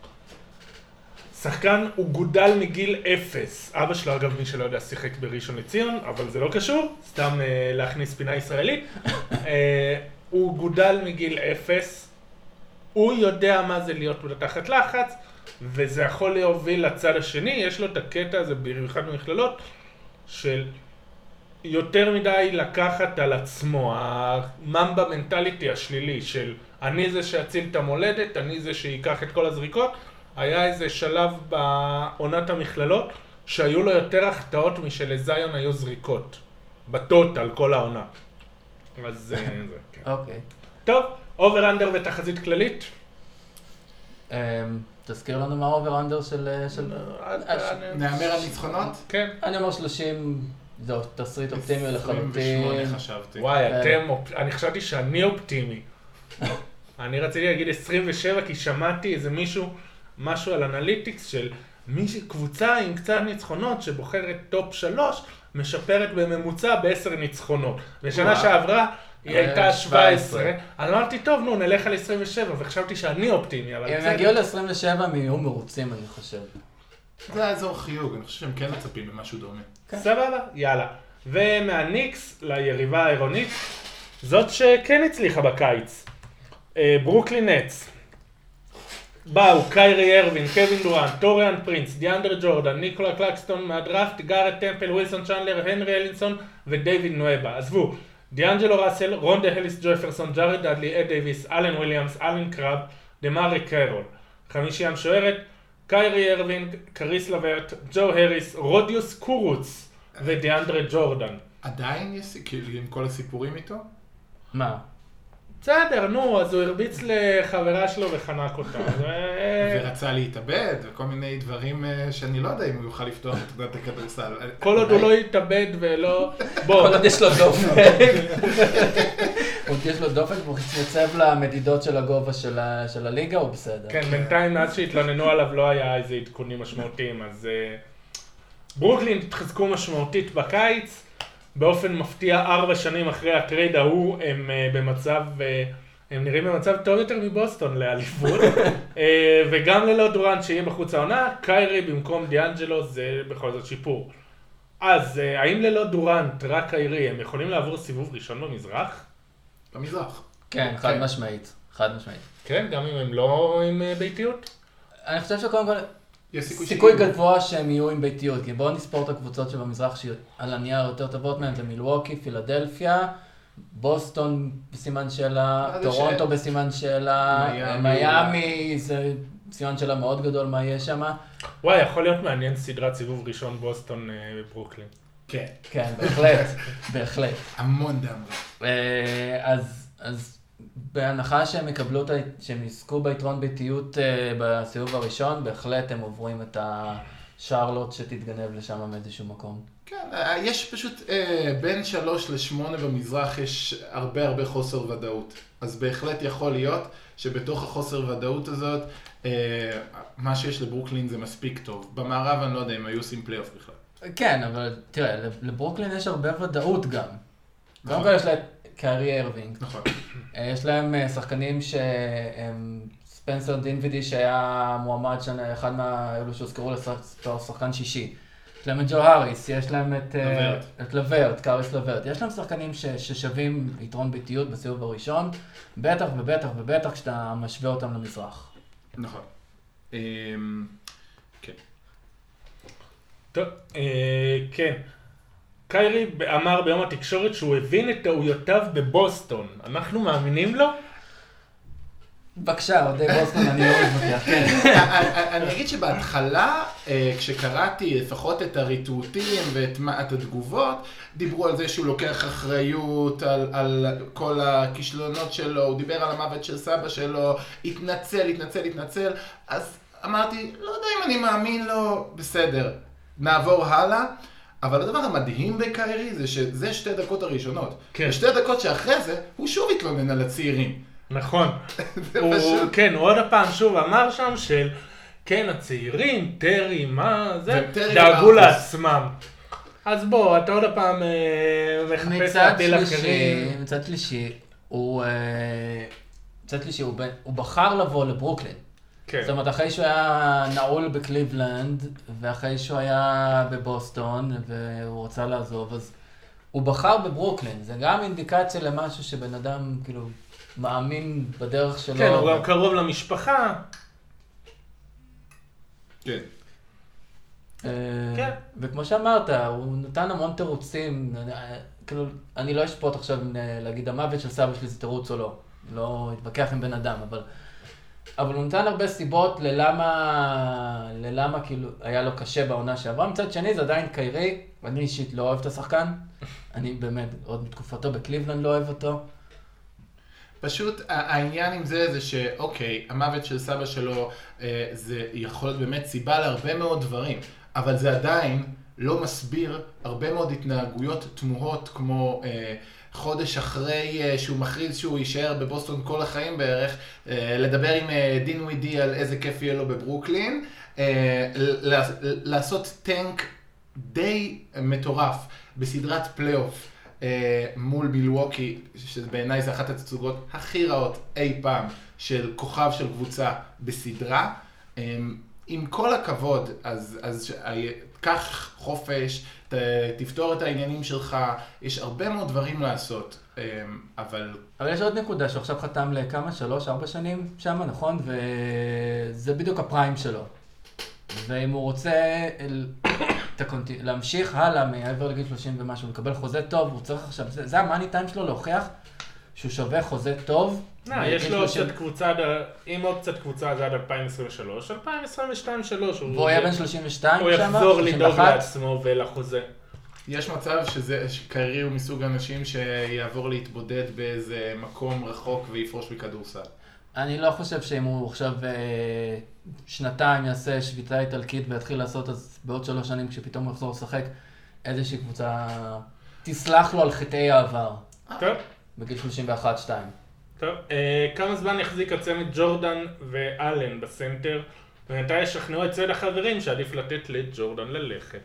שחקן, הוא גודל מגיל אפס. אבא שלו אגב מי שלא יודע שיחק בראשון לציון, אבל זה לא קשור, סתם אה, להכניס פינה ישראלית. אה, הוא גודל מגיל אפס, הוא יודע מה זה להיות תחת לחץ, וזה יכול להוביל לצד השני, יש לו את הקטע הזה במיוחד במכללות, של יותר מדי לקחת על עצמו, הממבה מנטליטי השלילי של אני זה שיציל את המולדת, אני זה שיקח את כל הזריקות. היה איזה שלב בעונת המכללות שהיו לו יותר החטאות משלזיון היו זריקות, בטוטל כל העונה. אז זה, כן. אוקיי. טוב, אובר אנדר ותחזית כללית. תזכיר לנו מה האובר אנדר של... נאמר על ניצחונות? כן. אני אומר שלושים, זהו, תסריט אופטימי לחלוטין. עשרים ושמונה חשבתי. וואי, אתם, אני חשבתי שאני אופטימי. אני רציתי להגיד עשרים ושבע כי שמעתי איזה מישהו, משהו על אנליטיקס של קבוצה עם קצת ניצחונות שבוחרת טופ שלוש, משפרת בממוצע בעשר ניצחונות. בשנה שעברה היא הייתה שבע עשרה. אמרתי, טוב, נו, נלך על עשרים ושבע, וחשבתי שאני אופטימי, אבל... אם יגיעו ל-עשרים ושבע, הם יהיו מרוצים, אני חושב. זה האזור חיוג, אני חושב שהם כן מצפים במשהו דומה. סבבה, יאללה. ומהניקס ליריבה העירונית, זאת שכן הצליחה בקיץ. ברוקלין נטס. באו קיירי ארווין, קווין דורנט, טוריאן פרינס, דיאנדר ג'ורדן, ניקולה קלקסטון מהדראפט, גארט טמפל, ווילסון צ'נדלר, הנרי אלינסון ודייוויד נואבה. עזבו, דיאנג'לו ראסל, רונדה הליס ג'פרסון, ג'ארד דאדלי, אד דייביס, אלן וויליאמס, אלן קראב, דמרי קרול. חמישי המשוערת, קיירי ארווין, קריס לברט, ג'ו הריס, רודיוס קורוץ ודיאנדרה ג'ורדן. עדיין יש, כאילו, עם כל הסיפורים איתו? מה? בסדר, נו, אז הוא הרביץ לחברה שלו וחנק אותה. ורצה להתאבד, וכל מיני דברים שאני לא יודע אם הוא יוכל לפתוח את תעודת הכדורסל. כל עוד הוא לא יתאבד ולא... כל עוד יש לו דופן. עוד יש לו דופן והוא מתייצב למדידות של הגובה של הליגה, הוא בסדר. כן, בינתיים מאז שהתלוננו עליו לא היה איזה עדכונים משמעותיים, אז... ברוקלין התחזקו משמעותית בקיץ. באופן מפתיע, ארבע שנים אחרי הטרייד ההוא, הם uh, במצב, uh, הם נראים במצב טוב יותר מבוסטון לאליפות. uh, וגם ללא דורנט שיהיה בחוץ העונה, קיירי במקום דיאנג'לו זה בכל זאת שיפור. אז uh, האם ללא דורנט, רק קיירי, הם יכולים לעבור סיבוב ראשון במזרח? במזרח. כן, חד משמעית. חד משמעית. כן, גם אם הם לא עם uh, ביתיות? אני חושב שקודם כל... יש סיכוי, סיכוי גבוה שהם יהיו עם ביתיות, כי בואו נספור את הקבוצות שבמזרח שעל הנייר יותר טובות מהם, זה מילווקי, פילדלפיה, בוסטון בסימן שאלה, טורונטו ש... בסימן שאלה, מיימי זה סימן שאלה מאוד גדול מה יהיה שם. וואי, יכול להיות מעניין סדרת סיבוב ראשון בוסטון בברוקלין. כן. כן, בהחלט, בהחלט. המון דם. אז, אז בהנחה שהם יקבלו, שהם יזכו ביתרון ביתיות בסיבוב הראשון, בהחלט הם עוברים את שרלוט שתתגנב לשם מאיזשהו מקום. כן, יש פשוט אה, בין שלוש לשמונה במזרח יש הרבה הרבה חוסר ודאות. אז בהחלט יכול להיות שבתוך החוסר ודאות הזאת, אה, מה שיש לברוקלין זה מספיק טוב. במערב אני לא יודע אם היו עושים פלייאוף בכלל. כן, אבל תראה, לברוקלין יש הרבה ודאות גם. קודם כל יש להם קיירי ארווינג. נכון. יש להם שחקנים שהם ספנסר דינווידי שהיה מועמד שנה, אחד מהאלו שהוזכרו לשחקן שישי. יש להם את ג'ו האריס, יש להם את לברט, את לברט, קאריס לברט. יש להם שחקנים ש, ששווים יתרון ביתיות בסיבוב הראשון, בטח ובטח ובטח כשאתה משווה אותם למזרח. נכון. כן. טוב, כן. קיירי אמר ביום התקשורת שהוא הבין את טעויותיו בבוסטון. אנחנו מאמינים לו? בבקשה, אוהדי בוסטון, אני לא מתווכח, כן. אני אגיד שבהתחלה, כשקראתי לפחות את הריטוטים ואת התגובות, דיברו על זה שהוא לוקח אחריות על כל הכישלונות שלו, הוא דיבר על המוות של סבא שלו, התנצל, התנצל, התנצל, אז אמרתי, לא יודע אם אני מאמין לו, בסדר, נעבור הלאה. אבל הדבר המדהים בקיירי זה שזה שתי דקות הראשונות. כן. ושתי דקות שאחרי זה, הוא שוב התלונן על הצעירים. נכון. זה הוא, פשוט. כן, הוא עוד הפעם שוב אמר שם של, כן, הצעירים, טרי, מה זה, וטרי דאגו וארתוס. לעצמם. אז בוא, אתה עוד הפעם אה, מחפש להטיל אחרים. מצד שלישי, הוא, אה, מצד שלישי, הוא, הוא בחר לבוא לברוקלין. כן. זאת אומרת, אחרי שהוא היה נעול בקליבלנד, ואחרי שהוא היה בבוסטון, והוא רצה לעזוב, אז הוא בחר בברוקלין. זה גם אינדיקציה למשהו שבן אדם, כאילו, מאמין בדרך שלו. כן, הוא גם קרוב למשפחה. כן. כן. וכמו שאמרת, הוא נתן המון תירוצים, כאילו, אני לא אשפוט עכשיו להגיד המוות של סבא שלי זה תירוץ או לא. לא אתווכח עם בן אדם, אבל... אבל הוא נתן הרבה סיבות ללמה, ללמה כאילו היה לו קשה בעונה שעברה. מצד שני זה עדיין קיירי, אני אישית לא אוהב את השחקן. אני באמת עוד בתקופתו בקליבלנד לא אוהב אותו. פשוט העניין עם זה זה שאוקיי, המוות של סבא שלו אה, זה יכול להיות באמת סיבה להרבה מאוד דברים, אבל זה עדיין לא מסביר הרבה מאוד התנהגויות תמוהות כמו אה, חודש אחרי אה, שהוא מכריז שהוא יישאר בבוסטון כל החיים בערך, אה, לדבר עם אה, דין ווידי על איזה כיף יהיה לו בברוקלין, אה, לעשות טנק די מטורף בסדרת פלייאוף. מול מילווקי, שבעיניי זה אחת התצוגות הכי רעות אי פעם של כוכב של קבוצה בסדרה. עם כל הכבוד, אז, אז קח חופש, ת, תפתור את העניינים שלך, יש הרבה מאוד דברים לעשות, אבל... אבל יש עוד נקודה שעכשיו חתם לכמה, שלוש, ארבע שנים שם, נכון? וזה בדיוק הפריים שלו. ואם הוא רוצה אל... להמשיך הלאה מעבר לגיל שלושים ומשהו, לקבל חוזה טוב, הוא צריך עכשיו, זה, זה המאני טיים שלו להוכיח שהוא שווה חוזה טוב. לא, יש לו אופציית קבוצה, אם אופציית קבוצה זה עד אלפיים עשרים ושלוש, אלפיים עשרים ושתיים שלוש. והוא היה בן שלושים ושתיים הוא שם? יחזור לדאוג לעצמו ולחוזה. יש מצב שזה, שקיירי הוא מסוג אנשים שיעבור להתבודד באיזה מקום רחוק ויפרוש מכדורסל. אני לא חושב שאם הוא עכשיו שנתיים יעשה שביתה איטלקית ויתחיל לעשות, אז בעוד שלוש שנים כשפתאום הוא יחזור לשחק, איזושהי קבוצה תסלח לו על חטאי העבר. טוב. בגיל שלושים ואחת שתיים. טוב, כמה זמן יחזיק הצמד ג'ורדן ואלן בסנטר, ומתי ישכנעו את צד החברים שעדיף לתת לג'ורדן ללכת?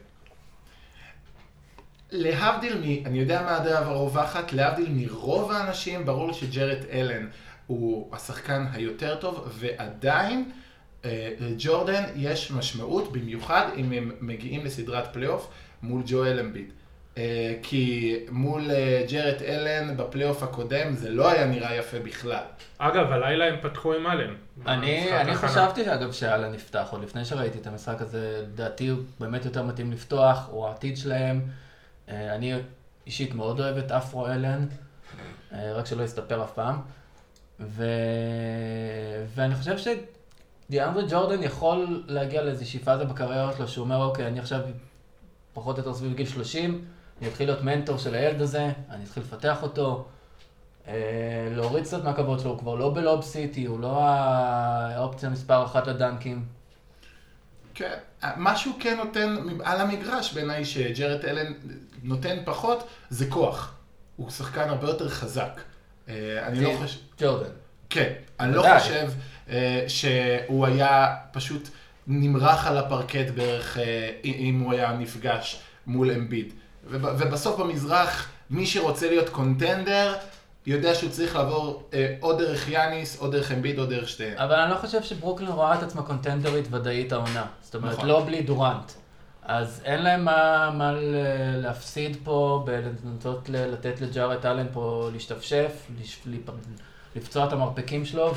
להבדיל מ... אני יודע מה הדעה הרווחת, להבדיל מרוב האנשים, ברור לי שג'רד אלן הוא השחקן היותר טוב, ועדיין לג'ורדן יש משמעות, במיוחד אם הם מגיעים לסדרת פלייאוף מול ג'ואל אמביד. כי מול ג'רד אלן בפלייאוף הקודם זה לא היה נראה יפה בכלל. אגב, הלילה הם פתחו עם אלן. אני, אני חשבתי אגב שאלן נפתח, עוד לפני שראיתי את המשחק הזה, לדעתי הוא באמת יותר מתאים לפתוח, הוא העתיד שלהם. אני אישית מאוד אוהב את אפרו אלן, רק שלא יסתפר אף פעם. ו... ואני חושב שדיאנדרה ג'ורדן יכול להגיע לאיזושהי פאזה בקריירה שלו, שהוא אומר, אוקיי, אני עכשיו פחות או יותר סביב גיל שלושים, אני אתחיל להיות מנטור של הילד הזה, אני אתחיל לפתח אותו, להוריד קצת מהכבוד שלו, הוא כבר לא בלוב סיטי, הוא לא האופציה מספר אחת לדנקים. כן, משהו כן נותן על המגרש בעיניי שג'רד אלן נותן פחות, זה כוח. הוא שחקן הרבה יותר חזק. אני לא חושב... ג'ורדן. כן, אני לא חושב שהוא היה פשוט נמרח על הפרקט בערך אם הוא היה נפגש מול אמביד. ובסוף במזרח, מי שרוצה להיות קונטנדר, יודע שהוא צריך לעבור או דרך יאניס, או דרך אמביד, או דרך שתיהן. אבל אני לא חושב שברוקלין רואה את עצמה קונטנדרית ודאית העונה. זאת אומרת, לא בלי דורנט. אז אין להם מה, מה להפסיד פה, בלנסות לתת לג'ארד אלן פה להשתפשף, לפצוע את המרפקים שלו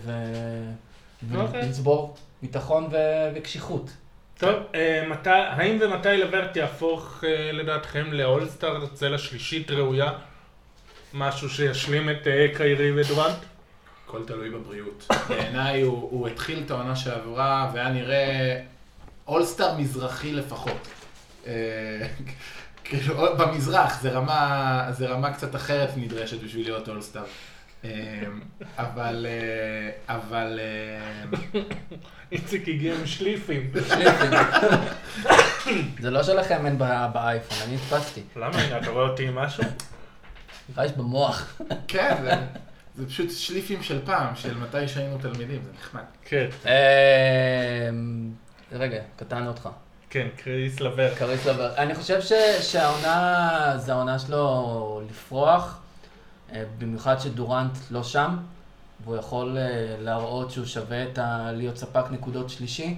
ולצבור ביטחון וקשיחות. טוב, האם ומתי לברט יהפוך לדעתכם לאולסטאר צלע שלישית ראויה? משהו שישלים את קיירי ודורנט? הכל תלוי בבריאות. בעיניי הוא, הוא התחיל את העונה שעברה והיה נראה אולסטאר מזרחי לפחות. כאילו במזרח זה רמה, זה רמה קצת אחרת נדרשת בשביל להיות אולסטאר. אבל, אבל... איציק הגיע עם שליפים. שליפים. זה לא שלכם אין באייפון, אני התפסתי. למה? הנה, אתה רואה אותי עם משהו? רעש במוח. כן, זה, זה פשוט שליפים של פעם, של מתי שהיינו תלמידים, זה נחמד. כן. רגע, קטענו אותך. כן, קריס לברט. קריס לברט. אני חושב שהעונה, זה העונה שלו לפרוח, במיוחד שדורנט לא שם, והוא יכול להראות שהוא שווה את ה... להיות ספק נקודות שלישי,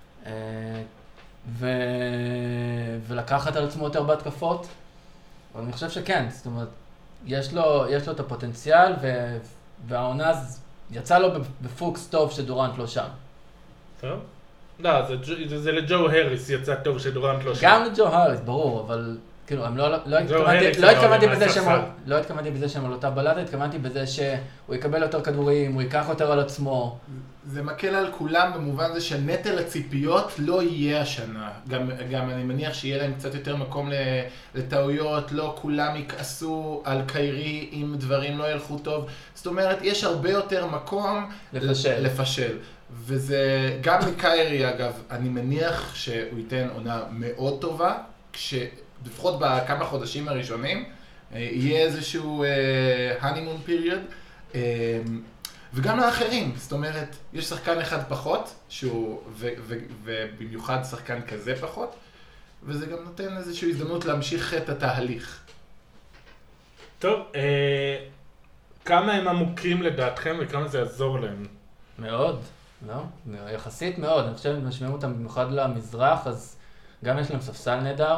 ו... ולקחת על עצמו יותר בהתקפות. אבל אני חושב שכן, זאת אומרת, יש לו, יש לו את הפוטנציאל, ו... והעונה יצא לו בפוקס טוב שדורנט לא שם. טוב. לא, זה, זה, זה לג'ו הריס יצא טוב שדורנט לא שם. גם לג'ו הריס, ברור, אבל כאילו, הם לא, לא התכוונתי, לא התכוונתי בזה שהם, לא התכוונתי בזה שהם על אותה בלטה, התכוונתי בזה שהוא יקבל יותר כדורים, הוא ייקח יותר על עצמו. זה מקל על כולם במובן זה שנטל הציפיות לא יהיה השנה. גם, גם אני מניח שיהיה להם קצת יותר מקום לטעויות, לא כולם יכעסו על קיירי אם דברים לא ילכו טוב. זאת אומרת, יש הרבה יותר מקום לפשל. לפשל. וזה גם לקיירי אגב, אני מניח שהוא ייתן עונה מאוד טובה, כשלפחות בכמה חודשים הראשונים יהיה איזשהו honeymoon period, וגם לאחרים, זאת אומרת, יש שחקן אחד פחות, שהוא, ו, ו, ובמיוחד שחקן כזה פחות, וזה גם נותן איזושהי הזדמנות להמשיך את התהליך. טוב, אה, כמה הם עמוקים לדעתכם וכמה זה יעזור להם? מאוד. לא? יחסית מאוד, אני חושב שמשמיעים אותם במיוחד למזרח, אז גם יש להם ספסל נהדר,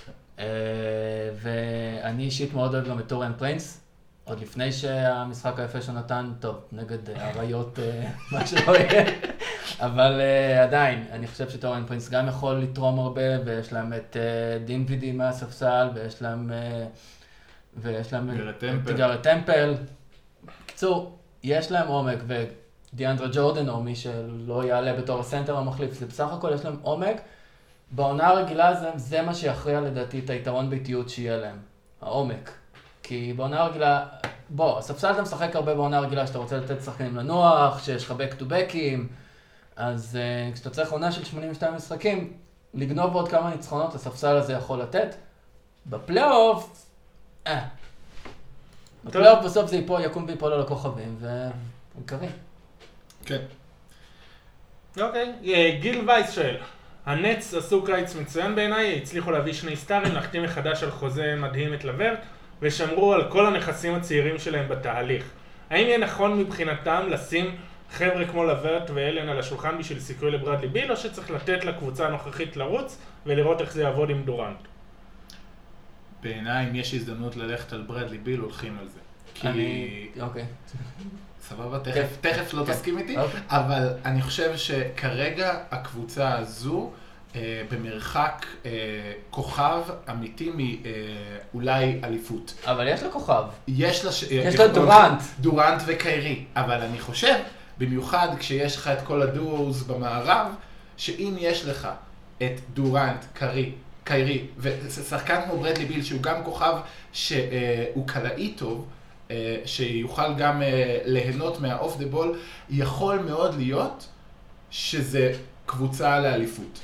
ואני אישית מאוד אוהב גם את טוריאן פריינס, עוד לפני שהמשחק היפה שהוא נתן, טוב, נגד הריות, מה שלא יהיה, אבל עדיין, אני חושב שטוריאן פריינס גם יכול לתרום הרבה, ויש להם את דין וידי מהספסל, ויש להם, ויש להם את גארט טמפל. בקיצור, יש להם עומק, ו... דיאנדרה ג'ורדן או מי שלא יעלה בתור הסנטר המחליף, זה בסך הכל יש להם עומק. בעונה הרגילה זה, זה מה שיכריע לדעתי את היתרון ביתיות שיהיה להם, העומק. כי בעונה הרגילה, בוא, הספסל אתה משחק הרבה בעונה הרגילה שאתה רוצה לתת שחקנים לנוח, שיש לך back to back'ים, אז uh, כשאתה צריך עונה של שמונים ושתיים משחקים, לגנוב עוד כמה ניצחונות הספסל הזה יכול לתת. בפלייאוף, אה. בפלייאוף בסוף זה ייפול, יקום ויפול על הכוכבים, והוא קרי. כן. אוקיי, גיל וייס שואל, הנץ עשו קיץ מצוין בעיניי, הצליחו להביא שני סטארים, להחתים מחדש על חוזה מדהים את לברט, ושמרו על כל הנכסים הצעירים שלהם בתהליך. האם יהיה נכון מבחינתם לשים חבר'ה כמו לברט ואלן על השולחן בשביל סיכוי לברדלי ביל, או שצריך לתת לקבוצה הנוכחית לרוץ ולראות איך זה יעבוד עם דורנט? בעיניי, אם יש הזדמנות ללכת על ברדלי ביל, הולכים על זה. אני... אוקיי. סבבה, תכף, תכף לא תסכים איתי, אבל אני חושב שכרגע הקבוצה הזו במרחק כוכב אמיתי מאולי אליפות. אבל יש לה כוכב. יש לה... יש לה דורנט. דורנט וקיירי, אבל אני חושב, במיוחד כשיש לך את כל הדואוז במערב, שאם יש לך את דורנט, קיירי, קיירי, ושחקן כמו ברדלי ביל שהוא גם כוכב שהוא קלעי טוב, שיוכל גם ליהנות מהאוף דה בול, יכול מאוד להיות שזה קבוצה לאליפות.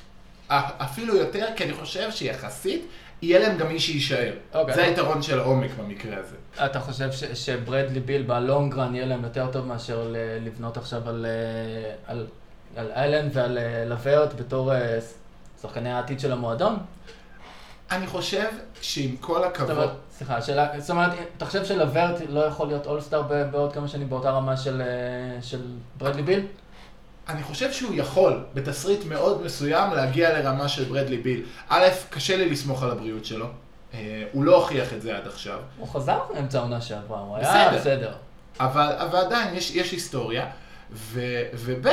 אפילו יותר, כי אני חושב שיחסית יהיה להם גם מי שיישאר. אוקיי. זה היתרון של העומק במקרה הזה. אתה חושב ש- שברדלי ביל בלונגרן יהיה להם יותר טוב מאשר ל- לבנות עכשיו על, אה, על, על איילנד ועל אה, לוויות בתור אה, שחקני העתיד של המועדון? אני חושב שעם כל זאת הכבוד... אומרת, סליחה, שאלה, זאת אומרת, אתה חושב שלוורט לא יכול להיות אולסטאר ב- בעוד כמה שנים באותה רמה של, אה, של ברדלי ביל? אני חושב שהוא יכול, בתסריט מאוד מסוים, להגיע לרמה של ברדלי ביל. א', קשה לי לסמוך על הבריאות שלו. אה, הוא לא הוכיח את זה עד עכשיו. הוא חזר באמצע העונה שעברה, הוא היה בסדר. בסדר. אבל, אבל עדיין יש, יש היסטוריה, ו, וב'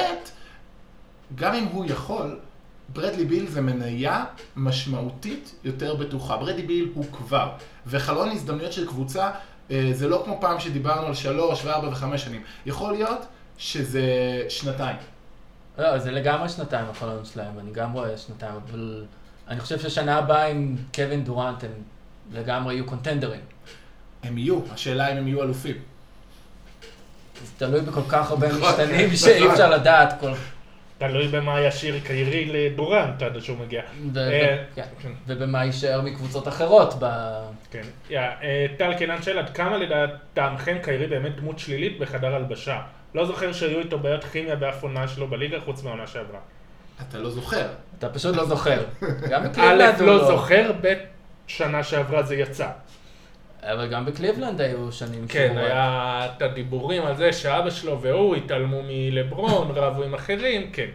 גם אם הוא יכול, ברדלי ביל זה מניה משמעותית יותר בטוחה. ברדלי ביל הוא כבר, וחלון הזדמנויות של קבוצה, אה, זה לא כמו פעם שדיברנו על שלוש וארבע וחמש שנים. יכול להיות שזה שנתיים. לא, זה לגמרי שנתיים החלון שלהם, אני גם רואה שנתיים, אבל אני חושב ששנה הבאה עם קווין דורנט הם לגמרי יהיו קונטנדרים. הם יהיו, השאלה אם הם יהיו אלופים. זה תלוי בכל כך הרבה נכון, משתנים נכון. שאי אפשר לדעת כל... תלוי במה ישיר קיירי לדורנט עד שהוא מגיע. ו- אה, כן. ובמה יישאר מקבוצות אחרות ב... כן. יא, אה, טל קינן שאל, עד כמה לדעתכם קיירי באמת דמות שלילית בחדר הלבשה? לא זוכר שהיו איתו בעיות כימיה באף עונה שלו בליגה חוץ מהעונה שעברה. אתה לא זוכר. אתה פשוט לא זוכר. גם א', בקליבלנד הוא לא זוכר, ב', שנה שעברה זה יצא. אבל גם בקליבלנד היו שנים כן, שהוא- היה את הדיבורים על זה שאבא שלו והוא התעלמו מלברון, רבו עם אחרים, כן.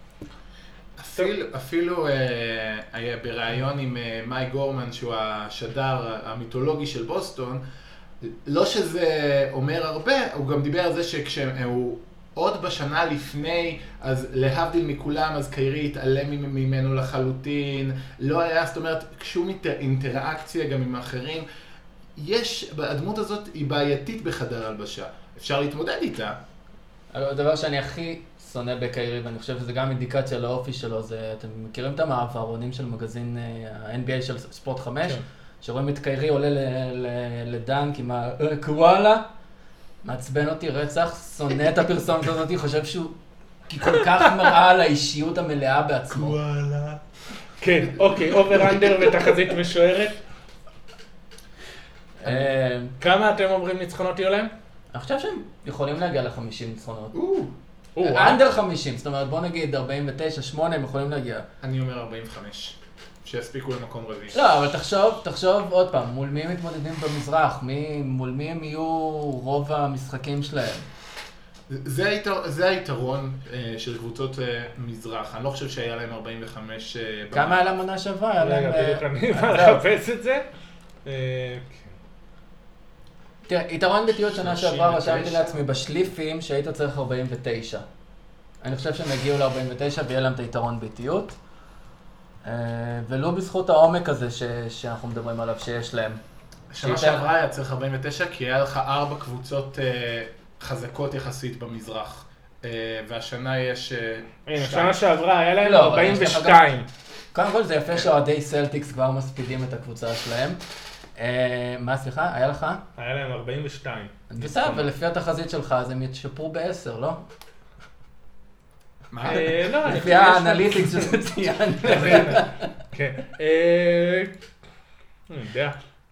אפילו, אפילו אה, היה בריאיון עם אה, מייק גורמן, שהוא השדר המיתולוגי של בוסטון, לא שזה אומר הרבה, הוא גם דיבר על זה שכשהוא עוד בשנה לפני, אז להבדיל מכולם, אז קיירי התעלם ממנו לחלוטין, לא היה, זאת אומרת, שום אינטראקציה גם עם האחרים. יש, הדמות הזאת היא בעייתית בחדר הלבשה, אפשר להתמודד איתה. הדבר שאני הכי שונא בקיירי, ואני חושב שזה גם אינדיקציה לאופי שלו, זה, אתם מכירים את המעברונים של מגזין ה-אן בי איי של ספורט חמש? כן. שרואים את קיירי עולה ל- ל- לדנק עם הקוואלה, מעצבן אותי רצח, שונא את הפרסומת הזאת, חושב שהוא היא כל כך מראה על האישיות המלאה בעצמו. וואלה. כן, אוקיי, אובר אנדר ותחזית משוערת. אה, כמה אתם אומרים ניצחונות יהיו להם? אני חושב שהם יכולים להגיע ל-חמישים ניצחונות. או, אנדר חמישים, זאת אומרת בוא נגיד ארבעים ותשע שמונה הם יכולים להגיע. אני אומר ארבעים וחמש, שיספיקו למקום רביעי. לא, אבל תחשוב, תחשוב עוד פעם, מול מי הם מתמודדים במזרח, מי, מול מי הם יהיו רוב המשחקים שלהם. זה, היתר, זה היתרון אה, של קבוצות אה, מזרח, אני לא חושב שהיה להם ארבעים וחמש... אה, כמה היה להם עונה שעברה? היה להם... רגע, בדיוק אני אה, בא לחפש את זה. אה, תראה, יתרון ביתיות שנה שלושים שעברה ותשע. רשמתי לעצמי בשליפים שהיית צריך ארבעים ותשע. אני חושב שהם יגיעו ל-ארבעים ותשע ויהיה להם את היתרון ביתיות. אה, ולא בזכות העומק הזה ש- שאנחנו מדברים עליו שיש להם. שנה שייתן- שעברה היה צריך ארבעים ותשע, כי היה לך ארבע קבוצות אה, חזקות יחסית במזרח. אה, והשנה יש אה, הנה, שתיים. שנה שעברה היה להם לא, אבל ארבעים יש לך ושתיים. קודם כל זה יפה שאוהדי סלטיקס כבר מספידים את הקבוצה שלהם. אה, מה סליחה? היה לך? היה להם ארבעים ושתיים. בסדר, ולפי התחזית שלך אז הם יתשפרו בעשר, לא? מה? אה, לא, אני לפי חושב שיש- האנליטיקס שזה ציין. כן. אה, אני יודע.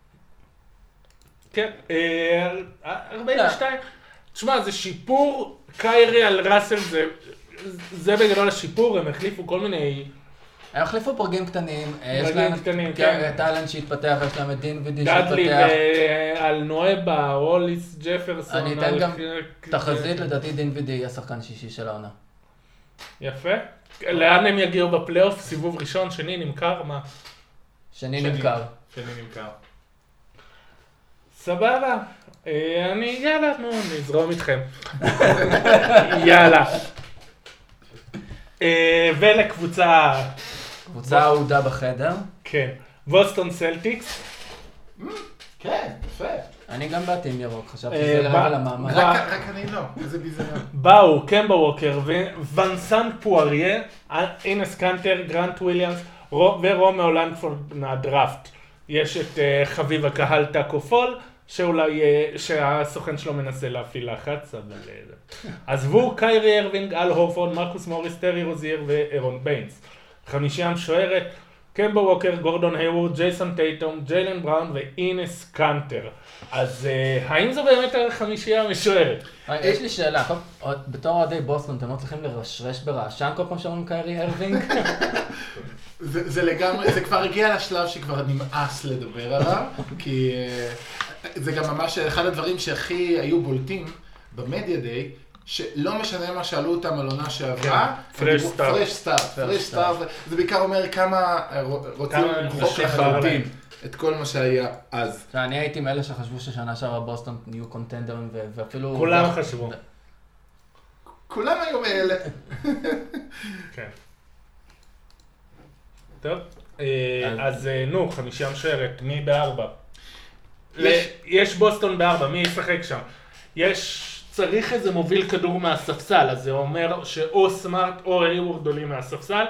כן, אה, ארבעים ושתיים. תשמע, זה שיפור, קיירי על ראסל זה, זה בגדול השיפור, הם החליפו כל מיני... הם החליפו פרגים קטנים, יש פרגים להם קטנים, את- כן. את אלן שהתפתח, יש להם את דין וידי דאדלי שהתפתח. ועל נואבה, רוליס, ג'פרסון. אני אתן על- גם תחזית, לדעתי דין וידי יהיה שחקן שישי של העונה. יפה. לאן הם יגיעו בפלייאוף? סיבוב ראשון, שני, נמכר? מה? שני שני. נמכר. שני נמכר. סבבה. אה, אני, יאללה, נו, נזרום איתכם. יאללה. אה, ולקבוצה, קבוצה אהודה בחדר. כן, בוסטון סלטיקס. כן, יפה. אני גם באתי עם ירוק, חשבתי אה, שזה בא- לרגע למאמר. בא- רק רק אני לא, איזה ביזיון. באו קמבה ווקר ווונסן פואריה, אינס קנטר, גרנט וויליאמס רו- ורומאו לנגפורד מהדראפט. יש את אה, חביב הקהל טאקו פול, שאולי, אה, שהסוכן שלו מנסה להפעיל לחץ, אבל... אה, זה. עזבו קיירי ארווינג, אל הורפורד, מרקוס מוריס, טרי רוזייר ואירון ביינס. חמישייה משוערת, קמבה ווקר, גורדון היוורד, ג'ייסון טייטום, ג'יילן בראון ואינס קאנטר. אז uh, האם זו באמת החמישייה המשוערת? יש לי שאלה, בתור אוהדי בוסטון אתם לא צריכים לרשרש ברעשן כל פעם שאומרים קיירי הרווינג? זה, זה לגמרי, זה כבר הגיע לשלב שכבר נמאס לדבר עליו, כי uh, זה גם ממש אחד הדברים שהכי היו בולטים במדיה דיי, שלא משנה מה שאלו אותם על עונה שעברה, פרש סטארט. פרש סטארט, פרש סטארט, זה בעיקר אומר כמה רוצים למחוק לחלוטין את כל מה שהיה אז. אני הייתי מאלה שחשבו ששנה שעברה בוסטון יהיו קונטנדרים ואפילו... כולם חשבו. כולם היו מאלה. כן. טוב, אז נו, חמישייה משוערת, מי בארבע? יש בוסטון בארבע, מי ישחק שם? יש... צריך איזה מוביל כדור מהספסל, אז זה אומר שאו סמארט או היוורד עולים מהספסל.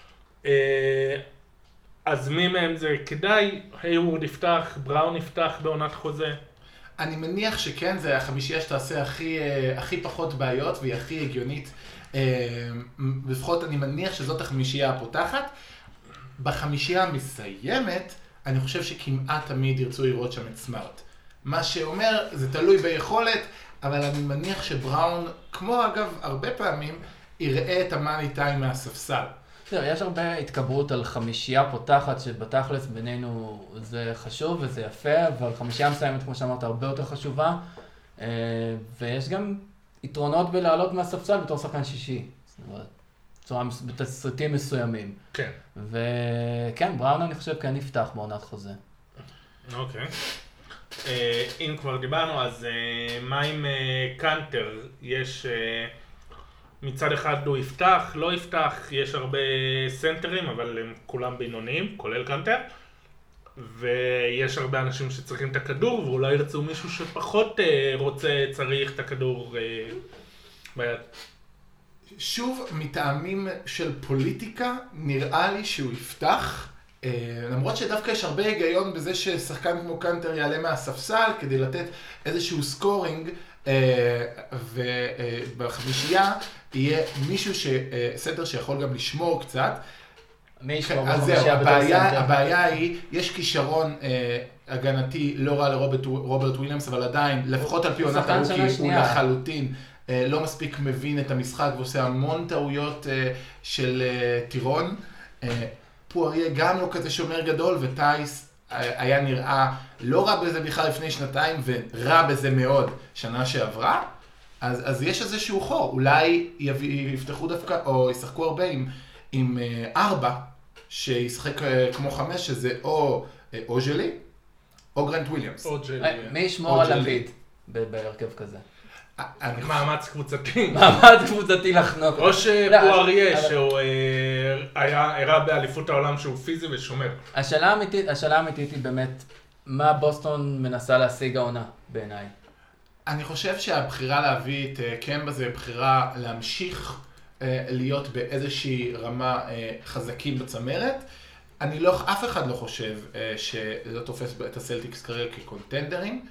אז מי מהם זה כדאי? היוורד יפתח, בראון יפתח בעונת חוזה? אני מניח שכן, זה החמישייה שתעשה הכי, הכי פחות בעיות והיא הכי הגיונית. לפחות אני מניח שזאת החמישייה הפותחת. בחמישייה המסיימת, אני חושב שכמעט תמיד ירצו לראות שם את סמארט. מה שאומר, זה תלוי ביכולת, אבל אני מניח שבראון, כמו אגב הרבה פעמים, יראה את המאני טיים מהספסל. יש הרבה התקברות על חמישייה פותחת, שבתכלס בינינו זה חשוב וזה יפה, אבל חמישייה מסיימת, כמו שאמרת, הרבה יותר חשובה, ויש גם יתרונות בלעלות מהספסל בתור שחקן שישי, זאת אומרת, בתסריטים מסוימים. כן. וכן, בראון אני חושב כן נפתח בעונת חוזה. אוקיי. אם כבר דיברנו, אז מה עם קאנטר? יש מצד אחד הוא יפתח, לא יפתח, יש הרבה סנטרים, אבל הם כולם בינוניים, כולל קאנטר. ויש הרבה אנשים שצריכים את הכדור, ואולי ירצו מישהו שפחות רוצה, צריך את הכדור ביד. שוב, מטעמים של פוליטיקה, נראה לי שהוא יפתח. למרות שדווקא יש הרבה היגיון בזה ששחקן כמו קאנטר יעלה מהספסל כדי לתת איזשהו סקורינג, ובחמישייה יהיה מישהו, סנטר שיכול גם לשמור קצת. מי ישמור בחמישייה בתור סנטר? הבעיה היא, יש כישרון הגנתי לא רע לרוברט וויליאמס, אבל עדיין, לפחות על פי עונת הרוקי, הוא לחלוטין לא מספיק מבין את המשחק ועושה המון טעויות של טירון. פואריה גם לא כזה שומר גדול, וטייס היה נראה לא רע בזה בכלל לפני שנתיים, ורע בזה מאוד שנה שעברה. אז, אז יש איזשהו חור, אולי יפתחו דווקא, או ישחקו הרבה עם, עם ארבע, שישחק כמו חמש, שזה או אוג'לי, או גרנט וויליאמס. מי ישמור על הביט בהרכב כזה? מאמץ קבוצתי. מאמץ קבוצתי לחנוק. או שפואריה, שהוא הראה באליפות העולם שהוא פיזי ושומר. השאלה האמיתית היא באמת, מה בוסטון מנסה להשיג העונה בעיניי? אני חושב שהבחירה להביא את קמבה זה בחירה להמשיך להיות באיזושהי רמה חזקים בצמרת. אני לא, אף אחד לא חושב שזה תופס את הסלטיקס כרגע כקונטנדרים.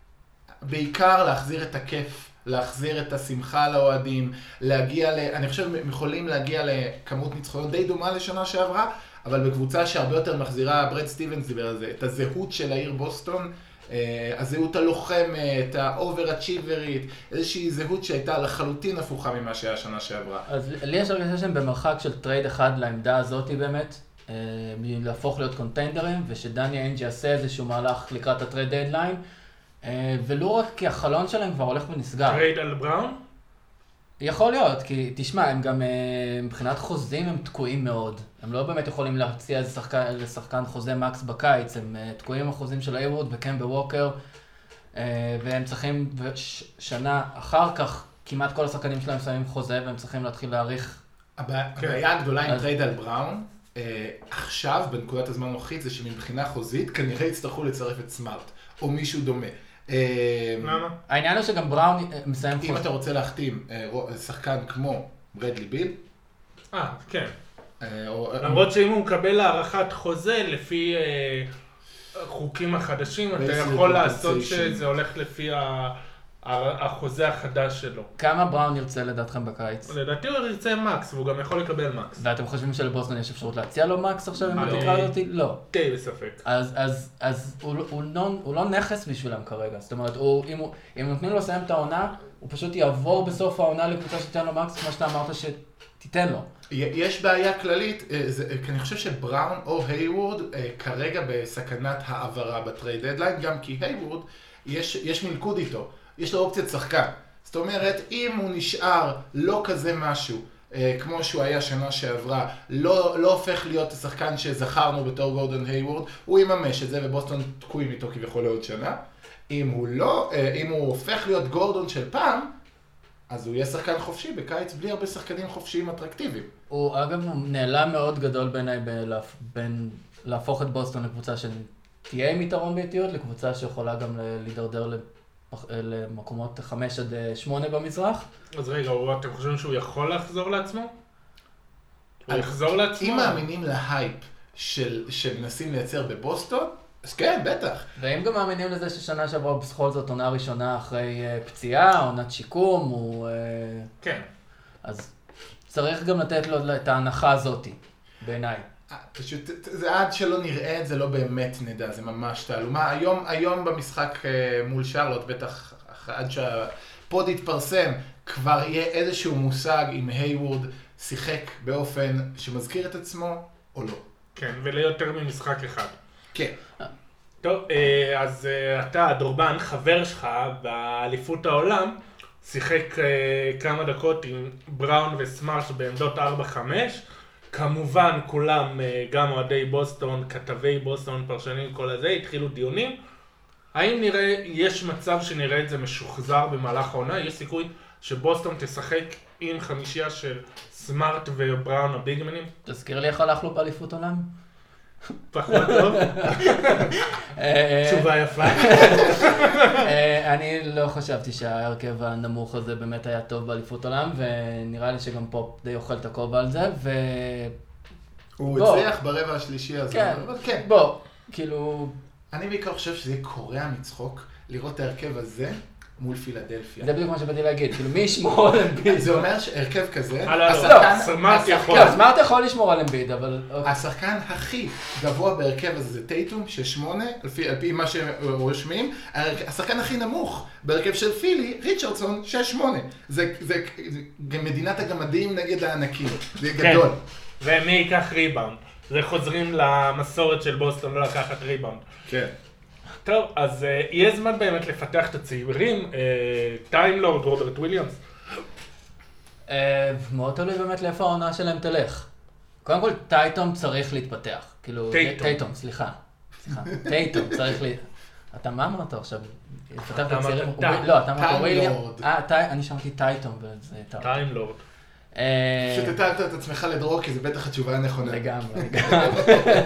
בעיקר להחזיר את הכיף, להחזיר את השמחה לאוהדים, להגיע ל... אני חושב שהם יכולים להגיע לכמות ניצחונות די דומה לשנה שעברה, אבל בקבוצה שהרבה יותר מחזירה, ברד סטיבנס דיבר על זה, את הזהות של העיר בוסטון, הזהות הלוחמת, האובר-אצ'יברית, איזושהי זהות שהייתה לחלוטין הפוכה ממה שהיה שנה שעברה. אז לי יש הרגשה שהם במרחק של טרייד אחד לעמדה הזאת באמת, להפוך להיות קונטנדרים, ושדני איינג' יעשה איזשהו מהלך לקראת הטרייד דדליין, ולא רק כי החלון שלהם כבר הולך ונסגר. טרייד על בראון? יכול להיות, כי תשמע, הם גם מבחינת חוזים הם תקועים מאוד. הם לא באמת יכולים להציע איזה שחקן, לשחקן חוזה מקס בקיץ, הם תקועים עם החוזים של היוורד וקמבה ווקר, והם צריכים שנה אחר כך, כמעט כל השחקנים שלהם שמים חוזה, והם צריכים להתחיל להאריך. הבעיה הגדולה עם טרייד על בראון, עכשיו, בנקודת הזמן הנוכחית, זה שמבחינה חוזית כנראה יצטרכו לצרף את סמארט, או מישהו דומה. למה? העניין הוא שגם בראון מסיים חוזה. אם אתה רוצה להחתים שחקן כמו ברדלי ביל. אה, כן. למרות שאם הוא מקבל הערכת חוזה לפי החוקים החדשים, אתה יכול לעשות שזה הולך לפי החוזה החדש שלו. כמה בראון ירצה לדעתכם בקיץ? לדעתי הוא ירצה מקס, והוא גם יכול לקבל מקס. ואתם חושבים שלבוסטון יש אפשרות להציע לו מקס עכשיו עם התקרה הזאת? לא. די בספק. אז, אז, אז הוא, הוא, לא, הוא לא נכס בשבילם כרגע. זאת אומרת, הוא, אם, הוא, אם נותנים לו לסיים את העונה, הוא פשוט יעבור בסוף העונה לקבוצה שתיתן לו מקס, כמו שאתה אמרת שתיתן לו. יש בעיה כללית, כי אני חושב שבראון או הייוורד כרגע בסכנת העברה בטרייד דדליין, גם כי הייוורד יש, יש מלכוד איתו, יש לו אופציית שחקן. זאת אומרת, אם הוא נשאר לא כזה משהו, כמו שהוא היה שנה שעברה, לא, לא הופך להיות השחקן שזכרנו בתור גורדון הייוורד, הוא יממש את זה ובוסטון תקועים איתו כביכול לעוד שנה. אם הוא לא, אם הוא הופך להיות גורדון של פעם, אז הוא יהיה שחקן חופשי בקיץ בלי הרבה שחקנים חופשיים אטרקטיביים. הוא אגב נעלם מאוד גדול בעיניי בין להפוך את בוסטון לקבוצה שתהיה עם יתרון ביתיות, לקבוצה שיכולה גם להידרדר למקומות חמש עד שמונה במזרח. אז רגע, אתם חושבים שהוא יכול לחזור לעצמו? הוא יחזור לעצמו? אם מאמינים להייפ שמנסים לייצר בבוסטון, אז כן, בטח. והם גם מאמינים לזה ששנה שעברה בכל זאת עונה ראשונה אחרי פציעה, עונת שיקום, הוא... כן. אז צריך גם לתת לו את ההנחה הזאת, בעיניי. פשוט, זה עד שלא נראה את זה לא באמת נדע, זה ממש תעלומה. היום, היום במשחק מול שרלוט, בטח עד שהפוד יתפרסם, כבר יהיה איזשהו מושג אם הייוורד שיחק באופן שמזכיר את עצמו או לא. כן, וליותר ממשחק אחד. כן. טוב, אז אתה, דורבן, חבר שלך באליפות העולם, שיחק כמה דקות עם בראון וסמארש בעמדות ארבע חמש. כמובן, כולם, גם אוהדי בוסטון, כתבי בוסטון, פרשנים, כל הזה, התחילו דיונים. האם נראה, יש מצב שנראה את זה משוחזר במהלך העונה? יש סיכוי שבוסטון תשחק עם חמישייה של סמארט ובראון הביגמנים? תזכיר לי איך הלך לו באליפות עולם? פחות טוב. תשובה יפה. אני לא חשבתי שההרכב הנמוך הזה באמת היה טוב באליפות עולם, ונראה לי שגם פה די אוכל את הכובע על זה, ו... הוא הצליח ברבע השלישי הזה. כן, בוא, כאילו... אני בעיקר חושב שזה יהיה קורע מצחוק לראות את ההרכב הזה מול פילדלפיה. זה בדיוק מה שבאתי להגיד, כאילו מי ישמור על אמביד? זה אומר שהרכב כזה, סמארט יכול. סמארט יכול לשמור על אמביד, אבל... השחקן הכי גבוה בהרכב הזה זה טייטום, שש שמונה, על פי מה שרושמים. השחקן הכי נמוך בהרכב של פילי, ריצ'רדסון, שש שמונה. זה מדינת הגמדים נגד הענקים, זה גדול. ומי ייקח ריבאונד? זה חוזרים למסורת של בוסטון לא לקחת ריבאונד. כן. טוב, אז uh, יהיה זמן באמת לפתח את הצעירים, טיימלורד, uh, רוברט וויליאמס. Uh, מאוד תלוי באמת לאיפה העונה שלהם תלך. קודם כל, טייטום צריך להתפתח. כאילו, טייטום. טייטום, סליחה. סליחה. טייטום צריך ל... אתה מה אמרת עכשיו? לפתח את הצעירים? לא, אתה אמרת וויליאם. אה, אני שמעתי טייטום וזה... טיימלורד. פשוט הטלת את עצמך לדרור, כי זה בטח התשובה הנכונה. לגמרי, לגמרי.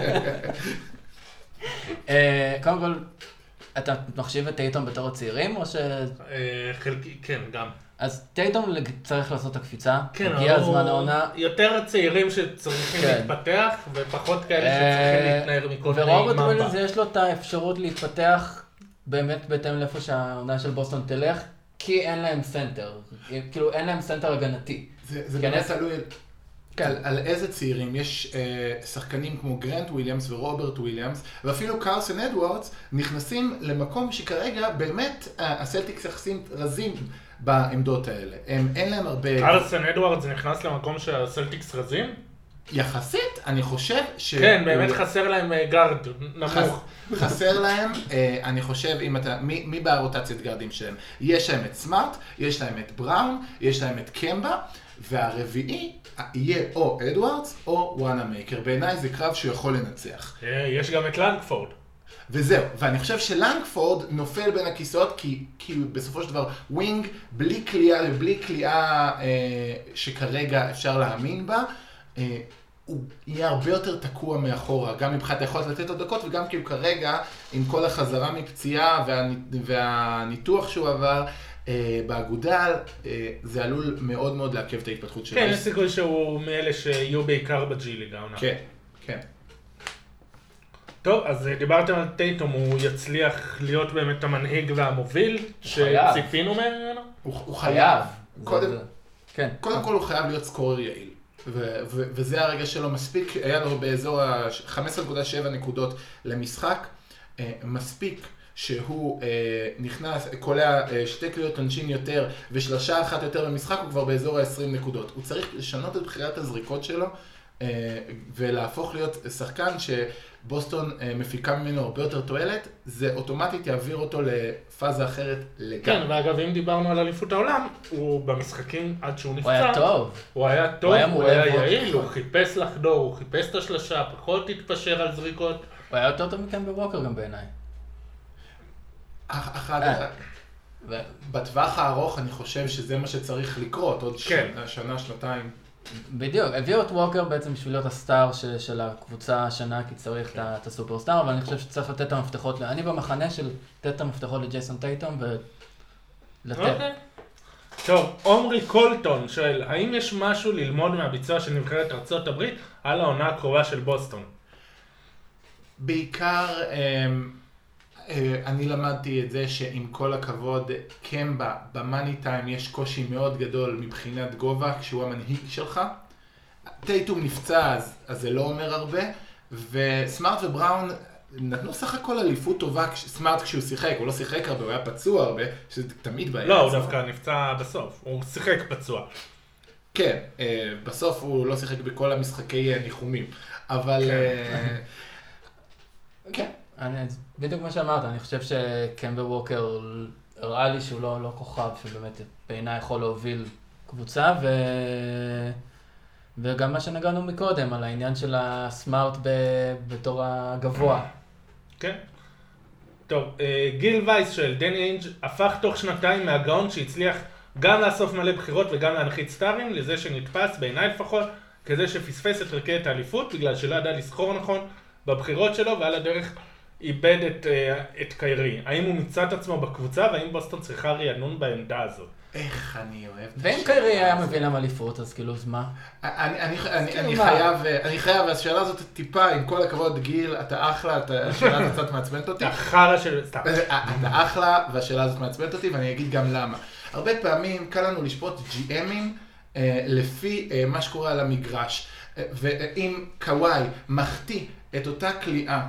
קודם כל, אתה מחשיב את טייטום בתור הצעירים, או ש... חלקי, כן, גם. אז טייטום צריך לעשות את הקפיצה, כן, הגיע הזמן העונה. יותר הצעירים שצריכים להתפתח, ופחות כאלה שצריכים להתנער מכל מיני ורוברט וויליאמס יש לו את האפשרות להתפתח באמת בהתאם לאיפה שהעונה של בוסטון תלך, כי אין להם סנטר, כאילו אין להם סנטר הגנתי. זה באמת תלוי על איזה צעירים. יש שחקנים כמו גרנט וויליאמס ורוברט וויליאמס, ואפילו קרסון אדוארדס נכנסים למקום שכרגע באמת הסלטיקס יחסים רזים בעמדות האלה. אין להם הרבה... קרסון אדוארדס נכנס למקום שהסלטיקס רזים? יחסית, אני חושב ש... כן, באמת חסר להם גארד נמוך. חסר להם, אני חושב, אם אתה, מי, מי ברוטציית גארדים שלהם? יש להם את סמארט, יש להם את בראון, יש להם את קמבה, והרביעי יהיה או אדוארדס או וואנה מייקר. בעיניי זה קרב שהוא יכול לנצח. יש גם את לנגפורד. וזהו, ואני חושב שלנגפורד נופל בין הכיסאות, כי, כי בסופו של דבר ווינג בלי קליעה ובלי קליעה אה, שכרגע אפשר להאמין בה, אה, הוא יהיה הרבה יותר תקוע מאחורה, גם מבחינת היכולת לתת עוד דקות, וגם כי הוא כרגע, עם כל החזרה מפציעה וה, והניתוח שהוא עבר, אה, באגודל, אה, זה עלול מאוד מאוד לעכב את ההתפתחות שלו. כן, יש סיכוי שהוא מאלה שיהיו בעיקר בג'י ליג העונה. כן, כן. טוב, אז דיברתם על טייטום, הוא יצליח להיות באמת המנהיג והמוביל שציפינו ממנו? הוא חייב. כן. קודם כל הוא חייב להיות סקורר יעיל, וזה הרגע שלו מספיק, היה לו באזור ה-חמש עשרה נקודה שבע נקודות למשחק, מספיק שהוא נכנס, קולע שתי קליעות עונשין יותר ושלושה אחת יותר במשחק, הוא כבר באזור ה-עשרים נקודות. הוא צריך לשנות את בחירת הזריקות שלו, ולהפוך להיות שחקן שבוסטון מפיקה ממנו הרבה יותר תועלת, זה אוטומטית יעביר אותו לפאזה אחרת לגמרי. כן, ואגב, אם דיברנו על אליפות העולם, הוא במשחקים עד שהוא נפצע. הוא היה טוב. הוא היה טוב, הוא היה יעיל, הוא חיפש לחדור, הוא חיפש את השלשה, פחות התפשר על זריקות. הוא היה יותר טוב מכן בווקר גם בעיניי. בטווח הארוך אני חושב שזה מה שצריך לקרות, עוד שנה, שנתיים. בדיוק, הביאו את ווקר בעצם בשביל להיות הסטאר של הקבוצה השנה, כי צריך את הסופרסטאר, אבל אני חושב שצריך לתת את המפתחות, אני במחנה של לתת את המפתחות לג'ייסון טייטום ולתת. טוב, עומרי קולטון שואל, האם יש משהו ללמוד מהביצוע של נבחרת ארצות הברית על העונה הקרובה של בוסטון? בעיקר, אני למדתי את זה שעם כל הכבוד, קמבה, במאני טיים יש קושי מאוד גדול מבחינת גובה כשהוא המנהיג שלך. טייטום נפצע, אז, אז זה לא אומר הרבה, וסמארט ובראון נתנו סך הכל אליפות טובה, סמארט כשהוא שיחק, הוא לא שיחק הרבה, הוא היה פצוע הרבה, שזה תמיד בעיה. לא, הוא דווקא נפצע בסוף, הוא שיחק פצוע. כן, בסוף הוא לא שיחק בכל המשחקי ניחומים, אבל... כן. אני, בדיוק מה שאמרת, אני חושב שקמבה ווקר הראה לי שהוא לא, לא כוכב, שבאמת בעיניי יכול להוביל קבוצה, ו... וגם מה שנגענו מקודם, על העניין של הסמארט ב... בתור הגבוה. כן. טוב, גיל וייס של דני אינג' הפך תוך שנתיים מהגאון שהצליח גם לאסוף מלא בחירות וגם להנחית סטארים, לזה שנתפס בעיניי לפחות, כזה שפספס את רכבת האליפות, בגלל שלא ידע לסחור נכון בבחירות שלו, ועל הדרך איבד את, את קיירי. האם הוא מצא את עצמו בקבוצה, והאם בוסטון צריכה רענון בעמדה הזאת? איך אני אוהב את ואם קיירי היה מביא להם אליפות, אז כאילו, אז מה? אני, אני, אני, אני חייב, אני חייב, השאלה הזאת טיפה, עם כל הכבוד, גיל, אתה אחלה, השאלה הזאת קצת מעצבנת אותי. אתה חרא של... סתם. אתה אחלה, והשאלה הזאת מעצבנת אותי, ואני אגיד גם למה. הרבה פעמים קל לנו לשפוט ג'י אמים לפי מה שקורה על המגרש. ואם קוואי מחטיא את אותה קליעה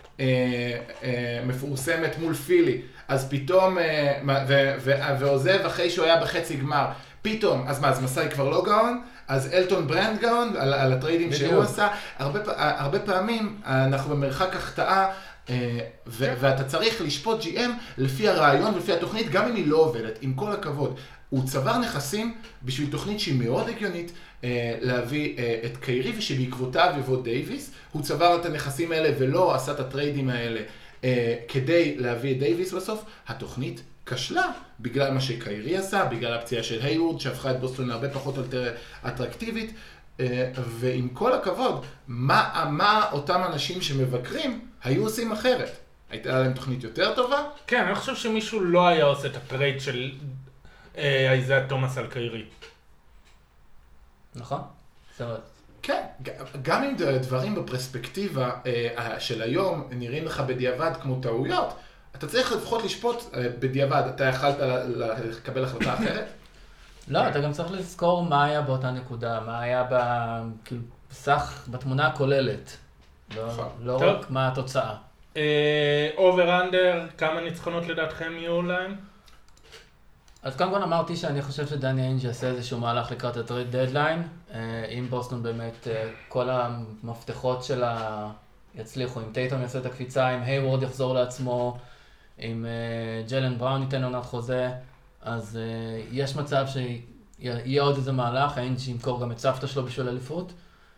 מפורסמת מול פילי, אז פתאום, ועוזב אחרי שהוא היה בחצי גמר, פתאום, אז מה, אז מסאי כבר לא גאון? אז אלטון ברנד גאון על, על הטריידים שהוא עשה? הרבה, הרבה פעמים אנחנו במרחק החטאה, ו, ואתה צריך לשפוט ג'י אם לפי הרעיון ולפי התוכנית, גם אם היא לא עובדת, עם כל הכבוד. הוא צבר נכסים בשביל תוכנית שהיא מאוד הגיונית, להביא את קיירי, ושבעקבותיו יבוא דייביס. הוא צבר את הנכסים האלה ולא עשה את הטריידים האלה כדי להביא את דייביס בסוף. התוכנית כשלה בגלל מה שקיירי עשה, בגלל הפציעה של היוורד שהפכה את בוסטון להרבה פחות אטרקטיבית, ועם כל הכבוד, מה, מה אותם אנשים שמבקרים היו עושים אחרת? הייתה להם תוכנית יותר טובה? כן, אני חושב שמישהו לא היה עושה את הטרייד של איזיה תומאס על קיירי. נכון? כן, גם אם דברים בפרספקטיבה של היום נראים לך בדיעבד כמו טעויות, אתה צריך לפחות לשפוט בדיעבד, אתה יכלת לקבל החלטה אחרת? לא, אתה גם צריך לזכור מה היה באותה נקודה, מה היה בסך, בתמונה הכוללת, לא רק מה התוצאה. אובר אנדר, כמה ניצחונות לדעתכם יהיו להם? אז קודם כל אמרתי שאני חושב שדני איינג' יעשה איזשהו מהלך לקראת הטרייד דדליין. אם בוסטון באמת כל המפתחות שלה יצליחו, אם טייטום יעשה את הקפיצה, אם היוורד יחזור לעצמו, אם ג'לן בראון ייתן עונת חוזה, אז יש מצב שיהיה עוד איזה מהלך, איינג' ימכור גם את סבתא שלו בשביל אליפות,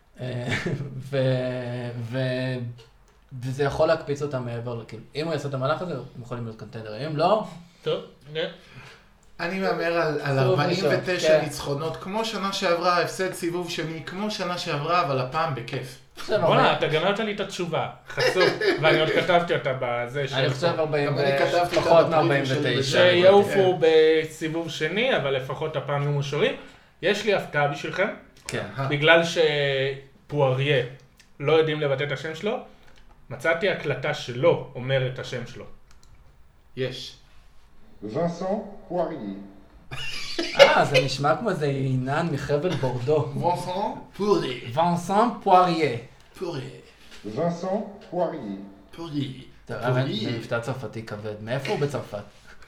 וזה יכול להקפיץ אותם מעבר, אם הוא יעשה את המהלך הזה, הם יכולים להיות קונטנדרים, אם לא... טוב, כן. אני מאמר על, על ארבעים ותשע כן. ניצחונות, כמו שנה שעברה, הפסד סיבוב שני, כמו שנה שעברה, אבל הפעם בכיף. בוא'נה, אתה גמרת לי את התשובה, חצוף, ואני עוד כתבתי אותה בזה של... אני חושב פחות מ-ארבעים ותשע. שיעופו בסיבוב שני, אבל לפחות הפעם יהיו מושרים. יש לי הפתעה בשבילכם, כן. בגלל שפואריה לא יודעים לבטא את השם שלו, מצאתי הקלטה שלו אומר את השם שלו. יש. וינסנט פוארייה. אה, זה נשמע כמו איזה עינן מחבל בורדו. וינסנט פוארייה. וינסנט פוארייה. פוארייה. וינסנט פוארייה. פוארייה. זה מבטא צרפתי כבד. מאיפה הוא בצרפת?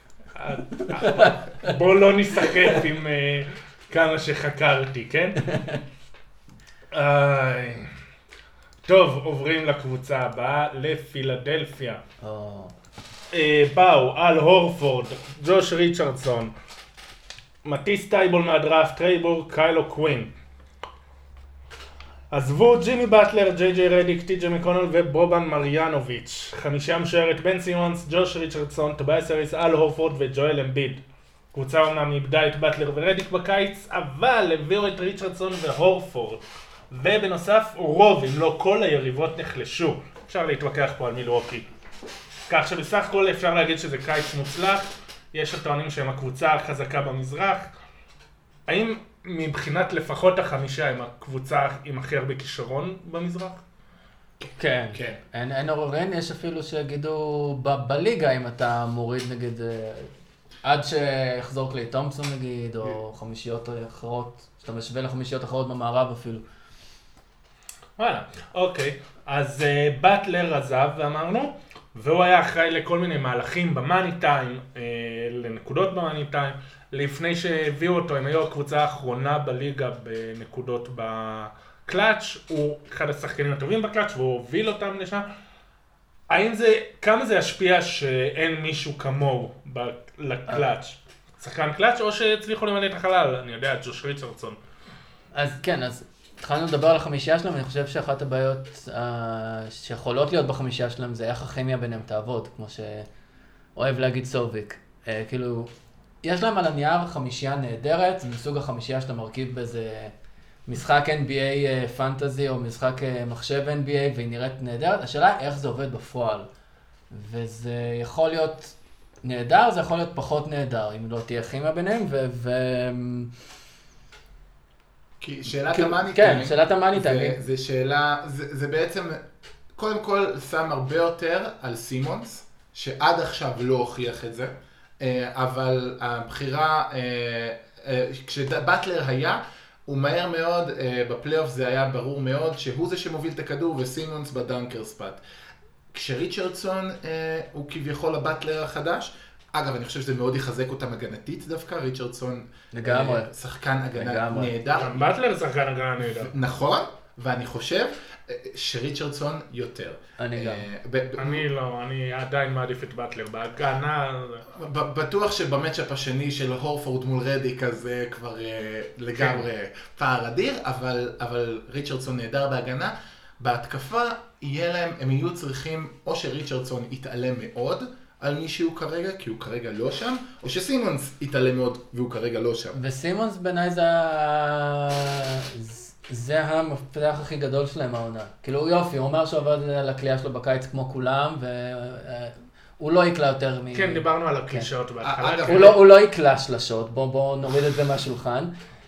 בוא לא נשחק עם כמה שחקרתי, כן? טוב, עוברים לקבוצה הבאה, לפילדלפיה. באו אל הורפורד, ג'וש ריצ'רדסון, מטיס טייבול מהדראפט, טרייבור, קיילו קווין. עזבו ג'ימי באטלר, ג'יי ג'יי רדיק, טי ג'יי מקונל ובובן מריאנוביץ'. חמישה משוערת בן סימונס, ג'וש ריצ'רדסון, טובייס האריס, אל הורפורד וג'ואל אמביד. קבוצה אומנם איבדה את באטלר ורדיק בקיץ, אבל הביאו את ריצ'רדסון והורפורד. ובנוסף רוב, אם לא כל היריבות נחלשו. אפשר להתווכח פה על מילווקי. כך שבסך הכל אפשר להגיד שזה קיץ מוצלח. יש הטוענים שהם הקבוצה החזקה במזרח. האם מבחינת לפחות החמישה הם הקבוצה עם הכי הרבה כישרון במזרח? כן, כן. אין, אין עוררין, יש אפילו שיגידו ב- בליגה אם אתה מוריד נגיד עד שיחזור קליי תומפסון נגיד, או חמישיות אחרות, שאתה משווה לחמישיות אחרות במערב אפילו. וואלה, אוקיי. אז uh, באטלר עזב ואמרנו, והוא היה אחראי לכל מיני מהלכים במאני טיים, uh, לנקודות במאני טיים. לפני שהביאו אותו, הם היו הקבוצה האחרונה בליגה בנקודות בקלאץ', הוא אחד השחקנים הטובים בקלאץ' והוא הוביל אותם לשם. האם זה, כמה זה ישפיע שאין מישהו כמוהו לקלאץ'? שחקן קלאץ' או שהצליחו למלא את החלל? אני יודע, ג'וש ריצ'רדסון. אז כן, אז התחלנו לדבר על החמישייה שלהם, אני חושב שאחת הבעיות uh, שיכולות להיות בחמישייה שלהם זה איך הכימיה ביניהם תעבוד, כמו שאוהב להגיד סוביק. Uh, כאילו, יש להם על הנייר חמישייה נהדרת, זה מסוג החמישייה שאתה מרכיב באיזה משחק אן בי איי פנטזי או משחק מחשב אן בי איי והיא נראית נהדרת. השאלה היא איך זה עובד בפועל. וזה יכול להיות נהדר, זה יכול להיות פחות נהדר, אם לא תהיה כימיה ביניהם. ו... ו... כי שאלת כאילו, המאני כן, טיימינג, שאלת המאני זה, טיימינג. זה שאלה, זה, זה בעצם, קודם כל שם הרבה יותר על סימונס, שעד עכשיו לא הוכיח את זה, אבל הבחירה, כשבאטלר היה, הוא מהר מאוד, בפלייאוף זה היה ברור מאוד, שהוא זה שמוביל את הכדור וסימונס בדנקר ספאט. כשריצ'רדסון הוא כביכול הבאטלר החדש, אגב, אני חושב שזה מאוד יחזק אותם הגנתית דווקא, ריצ'רדסון לגמרי. שחקן הגנה לגמרי. נהדר. באטלר שחקן הגנה נהדר. נכון, ואני חושב שריצ'רדסון יותר. אני גם. אני לא, אני עדיין מעדיף את באטלר בהגנה. בטוח שבמצ'אפ השני של הורפורד מול רדיק, אז זה כבר לגמרי פער אדיר, אבל ריצ'רדסון נהדר בהגנה. בהתקפה יהיה להם, הם יהיו צריכים, או שריצ'רדסון יתעלם מאוד על מישהו כרגע, כי הוא כרגע לא שם, או שסימונס יתעלם מאוד והוא כרגע לא שם. וסימונס בעיניי זה זה המפתח הכי גדול שלהם העונה. כאילו יופי, הוא אומר שהוא עבד על הקליעה שלו בקיץ כמו כולם, והוא לא יקלה יותר מ... כן, דיברנו על הקלישאות בהתחלה. הוא לא יקלה שלשות, בואו נוריד את זה מהשולחן.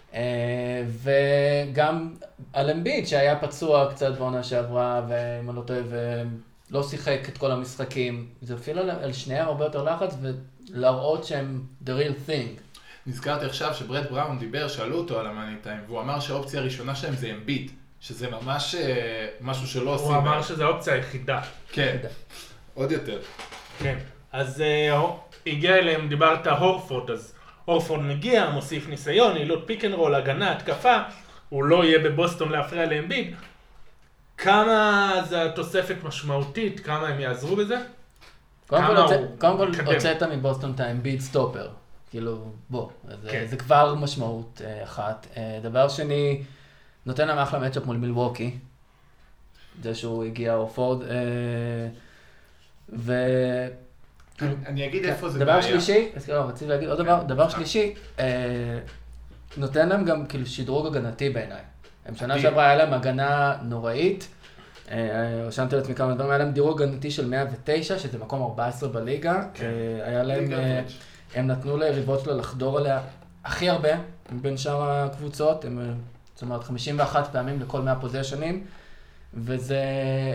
וגם על אמביד שהיה פצוע קצת בעונה שעברה, ואם אני לא טועה, ולא שיחק את כל המשחקים. זה אפילו על שניהם הרבה יותר לחץ, ולהראות שהם the real thing. נזכרתי עכשיו שברד בראון דיבר, שאלו אותו על המאני טיים, והוא אמר שהאופציה הראשונה שלהם זה אמביד, שזה ממש משהו שלא עושים. הוא אמר שזה האופציה היחידה. כן, עוד יותר. כן, אז הגיע אליהם, דיברת הורפורד, אז הורפורד מגיע, מוסיף ניסיון, עילות פיק אנד רול, הגנה, התקפה, הוא לא יהיה בבוסטון להפריע לאמביד. כמה זה תוספת משמעותית, כמה הם יעזרו בזה? קודם כל הוצאת מבוסטון את האמביד סטופר. כאילו, בוא, כן. זה כבר משמעות uh, אחת. Uh, דבר שני, נותן להם אחלה מצ'אפ מול מילווקי. זה שהוא הגיע אורפורד. Uh, ו... אני, אני אגיד איפה זה דבר בעיה. שלישי, לא, רציתי להגיד עוד דבר, דבר שלישי, uh, נותן להם גם כאילו שדרוג הגנתי בעיניי. הם שנה שעברה היה להם הגנה נוראית. רשמתי לעצמי כמה דברים, היה להם דירוג הגנתי של מאה ותשע, שזה מקום ארבע עשרה בליגה. כן. היה להם... הם נתנו ליריבות שלה לחדור עליה הכי הרבה בין שאר הקבוצות, הם, זאת אומרת, חמישים ואחת פעמים לכל מאה פוזיישנים, וזה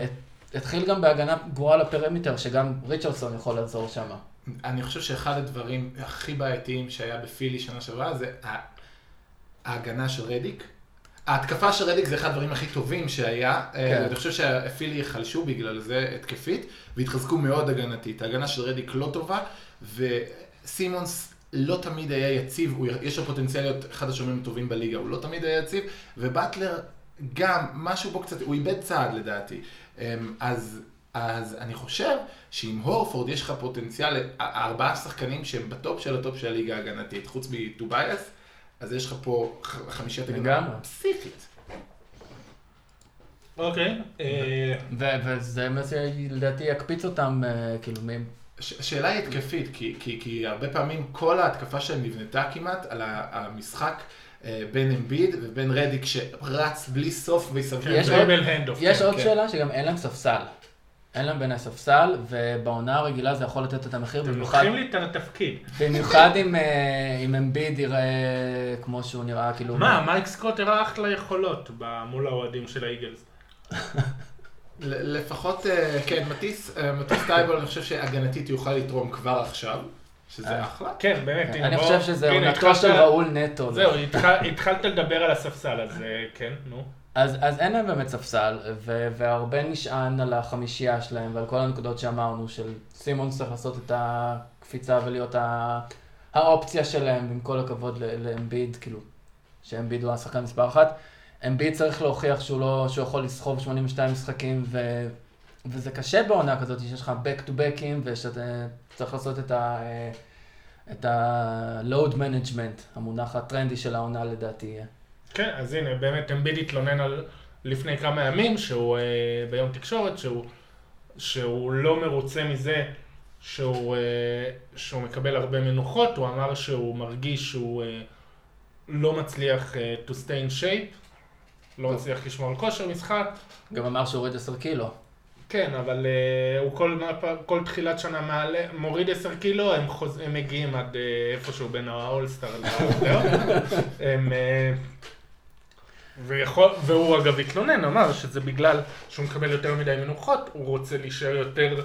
התחיל גם בהגנה גרועה לפרימטר, שגם ריצ'רדסון יכול לעזור שם. אני חושב שאחד הדברים הכי בעייתיים שהיה בפילי שנה שעברה, זה ההגנה של רדיק. ההתקפה של רדיק זה אחד הדברים הכי טובים שהיה. כן. אני חושב שהפילי יחלשו בגלל זה התקפית, והתחזקו מאוד הגנתית. ההגנה של רדיק לא טובה, וסימונס לא תמיד היה יציב, הוא, יש לו פוטנציאל להיות אחד השומרים הטובים בליגה, הוא לא תמיד היה יציב, ובטלר גם, משהו בו קצת, הוא איבד צעד לדעתי. אז, אז אני חושב שעם הורפורד יש לך פוטנציאל, ארבעה שחקנים שהם בטופ של הטופ של הליגה ההגנתית, חוץ מטובייס, אז יש לך פה חמישיית הגנה פסיכית. אוקיי. וזה מה שלדעתי יקפיץ אותם, כאילו, מי... השאלה היא התקפית, כי, כי, כי הרבה פעמים כל ההתקפה שלהם נבנתה כמעט על המשחק בין אמביד ובין רדיק שרץ בלי סוף ויסביר. יש עוד, יש עוד שאלה שגם אין להם ספסל. אין להם בין הספסל, ובעונה הרגילה זה יכול לתת את המחיר. אתם לוקחים לי את התפקיד. במיוחד אם אמביד יראה כמו שהוא נראה, כאילו... מה, מייק סקוט הראה אחלה יכולות מול האוהדים של האיגלס. לפחות, כן, מטיס, מטיס טייבל, אני חושב שהגנתית יוכל לתרום כבר עכשיו, שזה אחלה. כן, באמת. אני חושב שזה עונתו של ראול נטו. זהו, התחלת לדבר על הספסל, אז כן, נו. אז, אז אין להם באמת ספסל, ו- והרבה נשען על החמישייה שלהם ועל כל הנקודות שאמרנו, של סימון צריך לעשות את הקפיצה ולהיות ה- האופציה שלהם, עם כל הכבוד לאמביד, כאילו, שאמביד הוא השחקן מספר אחת. אמביד צריך להוכיח שהוא לא, שהוא יכול לסחוב שמונים ושתיים משחקים, ו- וזה קשה בעונה כזאת, שיש לך back to back'ים, ושאתה צריך לעשות את ה- את ה-load management, המונח הטרנדי של העונה לדעתי יהיה. כן, אז הנה, באמת אמביד התלונן על לפני כמה ימים, שהוא אה, ביום תקשורת, שהוא, שהוא לא מרוצה מזה שהוא, אה, שהוא מקבל הרבה מנוחות, הוא אמר שהוא מרגיש שהוא אה, לא מצליח אה, to stay in shape, לא מצליח לשמור על כושר משחק. גם אמר שהוא הוריד עשר קילו. כן, אבל אה, הוא כל, כל תחילת שנה מעלה, מוריד עשר קילו, הם, חוז, הם מגיעים עד אה, איפשהו בין האולסטאר לאולסטאר. הם... אה, ויכול, והוא אגב התלונן, אמר שזה בגלל שהוא מקבל יותר מדי מנוחות, הוא רוצה להישאר יותר,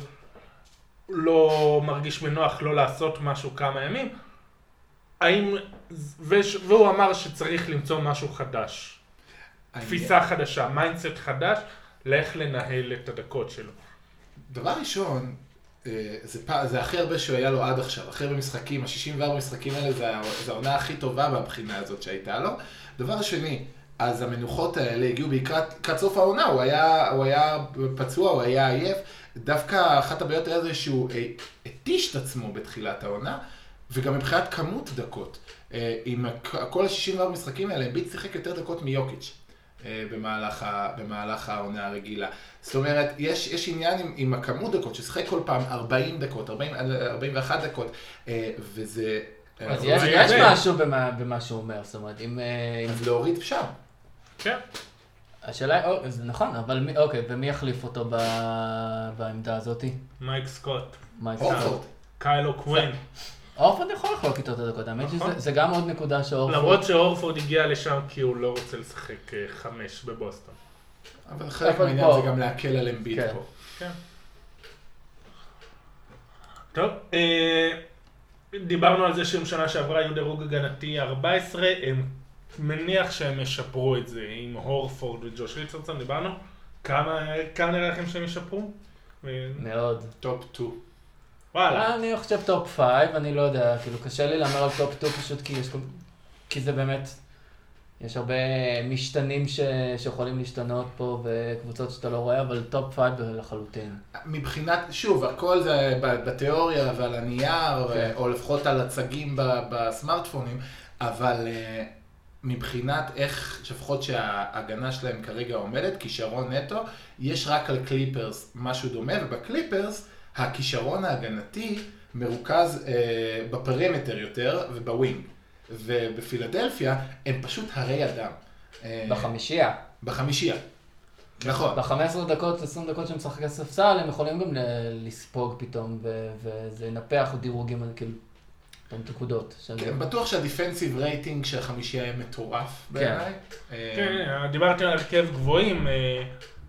לא מרגיש מנוח לא לעשות משהו כמה ימים, האם, והוא אמר שצריך למצוא משהו חדש, תפיסה חדשה, מיינדסט חדש, לאיך לנהל את הדקות שלו. דבר ראשון, זה, זה הכי הרבה שהוא היה לו עד עכשיו, הכי הרבה משחקים, ה-שישים וארבע משחקים האלה זה, זה העונה הכי טובה מהבחינה הזאת שהייתה לו. דבר שני, אז המנוחות האלה הגיעו בעקרת סוף העונה, הוא היה, הוא היה פצוע, הוא היה עייף. דווקא אחת הבעיות היה זה שהוא התיש את עצמו בתחילת העונה, וגם מבחינת כמות דקות. עם כל ה-שישים וארבע משחקים האלה, אמביד שיחק יותר דקות מיוקיץ' במהלך, ה, במהלך העונה הרגילה. זאת אומרת, יש, יש עניין עם, עם הכמות דקות, ששיחק כל פעם ארבעים דקות, ארבעים, ארבעים ואחת דקות, וזה... אז יש, יש משהו במה, במה שהוא אומר, זאת אומרת, אם... אז להוריד אפשר. כן. השאלה היא, זה נכון, אבל מי, אוקיי, ומי יחליף אותו ב, בעמדה הזאת? מייק סקוט. מייק סקוט. קיילו קווין. אורפורד יכול לחלוק איתו את הדקות, האמת שזה גם עוד נקודה שאורפורד... למרות שאורפורד הגיע לשם כי הוא לא רוצה לשחק חמש בבוסטון. אבל חלק מהעניין זה גם להקל על אמביד פה. כן. טוב, דיברנו על זה שהם שנה שעברה היו דירוג הגנתי ארבע עשרה, הם מניח שהם ישפרו את זה עם הורפורד וג'וש ריצ'רדסון, דיברנו? כמה נראה לכם שהם ישפרו? מאוד. טופ שתיים. וואלה. אני חושב טופ חמש, אני לא יודע, כאילו קשה לי לאמר על טופ שתיים פשוט כי יש, כי זה באמת, יש הרבה משתנים ש, שיכולים להשתנות פה וקבוצות שאתה לא רואה, אבל טופ חמש לחלוטין. מבחינת, שוב, הכל זה בתיאוריה ועל הנייר, כן. או לפחות על הצגים בסמארטפונים, אבל מבחינת איך, לפחות שההגנה שלהם כרגע עומדת, כישרון נטו, יש רק על קליפרס משהו דומה, ובקליפרס, הכישרון ההגנתי מרוכז אה, בפרימטר יותר ובווינג. ובפילדלפיה הם פשוט הרי אדם. אה, בחמישייה. בחמישייה. נכון. ב-חמש עשרה דקות, עשרים דקות שהם משחקי ספסל, הם יכולים גם לספוג פתאום, ו- וזה ינפח דירוגים, כאילו, נקודות. כן, בטוח שהדיפנסיב רייטינג של החמישייה היה מטורף בעיניי. כן, דיברתי על הרכב גבוהים,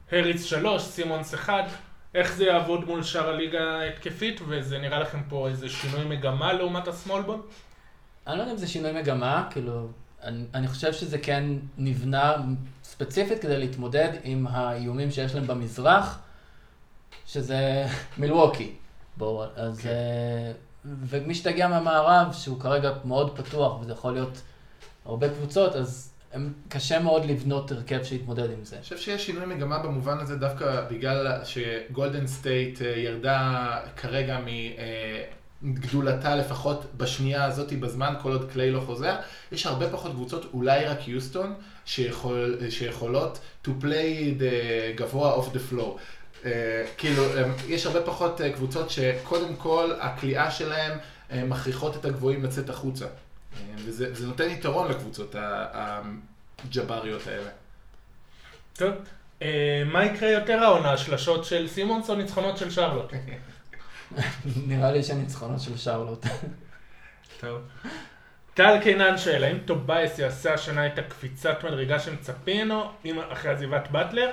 הריס שלוש, סימונס אחד, איך זה יעבוד מול שאר הליגה התקפית, וזה נראה לכם פה איזה שינוי מגמה לעומת הסמולבול? אני לא יודע אם זה שינוי מגמה, כאילו, אני, אני חושב שזה כן נבנה ספציפית כדי להתמודד עם האיומים שיש להם במזרח, שזה מילווקי. בואו, אז... Okay. ומי שתגיע מהמערב, שהוא כרגע מאוד פתוח, וזה יכול להיות הרבה קבוצות, אז הם קשה מאוד לבנות הרכב שיתמודד עם זה. אני חושב שיש שינוי מגמה במובן הזה דווקא בגלל שגולדן סטייט ירדה כרגע מגדולתה לפחות בשנייה הזאת בזמן, כל עוד קליי לא חוזר. יש הרבה פחות קבוצות, אולי רק יוסטון, שיכול, שיכולות to play the גבוה off the floor. Uh, כאילו, um, יש הרבה פחות uh, קבוצות שקודם כל הקליעה שלהם uh, מכריחות את הגבוהים לצאת החוצה. Uh, וזה, וזה נותן יתרון לקבוצות הג'בריות האלה. טוב, uh, מה יקרה יותר העונה? שלשות של סימונס או ניצחונות של שרלוט? נראה לי שהניצחונות של שרלוט. טוב. טל קינן שואל, האם טובייס יעשה השנה את הקפיצת מדרגה שמצפים או אחרי עזיבת באטלר?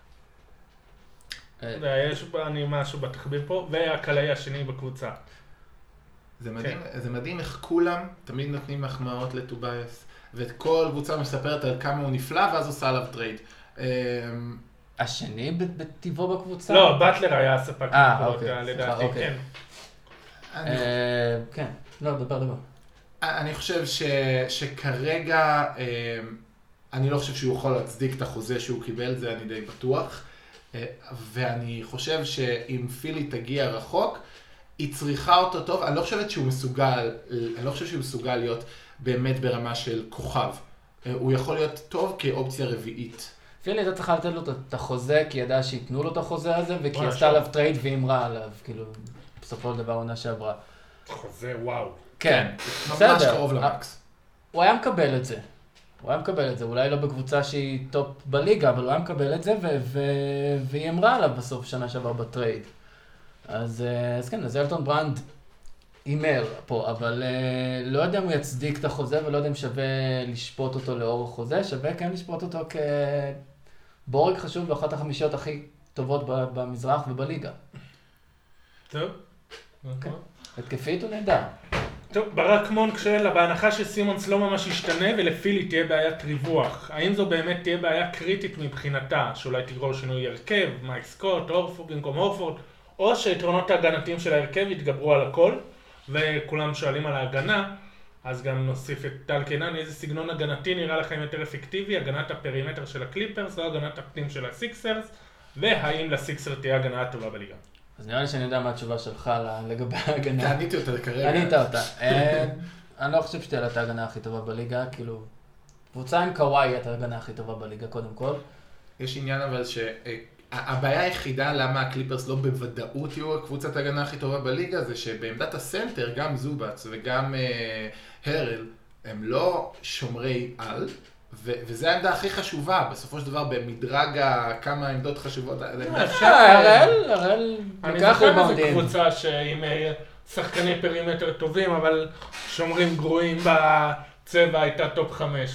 יש אני משהו בתחביר פה, והקלעי השני בקבוצה. זה מדהים, זה מדהים איך כולם תמיד נותנים מחמאות לטובייס, וכל קבוצה מספרת על כמה הוא נפלא, ואז עושה עליו טרייד. השני בטבעו בקבוצה? לא, באטלר היה הספק מקורות, לדעתי, כן. כן, לא, דבר דבר. אני חושב שכרגע, אני לא חושב שהוא יכול להצדיק את החוזה שהוא קיבל, זה אני די בטוח. ואני חושב שאם פילי תגיע רחוק, היא צריכה אותו טוב. אני לא חושבת שהוא מסוגל, אני לא חושב שהוא מסוגל להיות באמת ברמה של כוכב. הוא יכול להיות טוב כאופציה רביעית. פילי הייתה צריכה לתת לו את החוזה, כי ידעה שיתנו לו את החוזה הזה, וכי עשתה עליו טרייד ואמרה עליו, כאילו, בסופו של דבר עונה שעברה. חוזה, וואו. כן, בסדר. ממש קרוב למקס. הוא היה מקבל את זה. הוא היה מקבל את זה, אולי לא בקבוצה שהיא טופ בליגה, אבל הוא היה מקבל את זה, והיא אמרה עליו בסוף שנה שעבר בטרייד. אז, אז כן, אז אלטון ברנד אימר פה, אבל לא יודע אם הוא יצדיק את החוזה, ולא יודע אם שווה לשפוט אותו לאור החוזה, שווה כן לשפוט אותו כבורג חשוב ואחת החמישיות הכי טובות במזרח ובליגה. טוב. התקפית הוא נהדר. טוב, ברק מונק שואל, בהנחה שסימונס לא ממש ישתנה ולפילי תהיה בעיית ריווח, האם זו באמת תהיה בעיה קריטית מבחינתה, שאולי תגרור שינוי הרכב, מייק סקוט, אורפורד, במקום אורפורד, או שיתרונות ההגנתיים של ההרכב יתגברו על הכל, וכולם שואלים על ההגנה, אז גם נוסיף את טל קינן, איזה סגנון הגנתי נראה לכם יותר אפקטיבי, הגנת הפרימטר של הקליפרס או הגנת הפנים של הסיקסרס, והאם לסיקסר תהיה הגנה הטובה בליגה. אז נראה לי שאני יודע מה התשובה שלך לגבי ההגנה. עניתי אותה כרגע. ענית אותה. אני לא חושב שתהיה לה את ההגנה הכי טובה בליגה, כאילו, קבוצה עם קוואי היא את ההגנה הכי טובה בליגה, קודם כל. יש עניין אבל שהבעיה היחידה למה הקליפרס לא בוודאות יהיו הקבוצת ההגנה הכי טובה בליגה, זה שבעמדת הסנטר, גם זובץ וגם הרל, הם לא שומרי על, וזו העמדה הכי חשובה, בסופו של דבר במדרג כמה עמדות חשובות. הרל, הרל, אני זוכר איזה קבוצה שעם שחקני פרימטר טובים, אבל שומרים גרועים בצבע הייתה טופ חמש.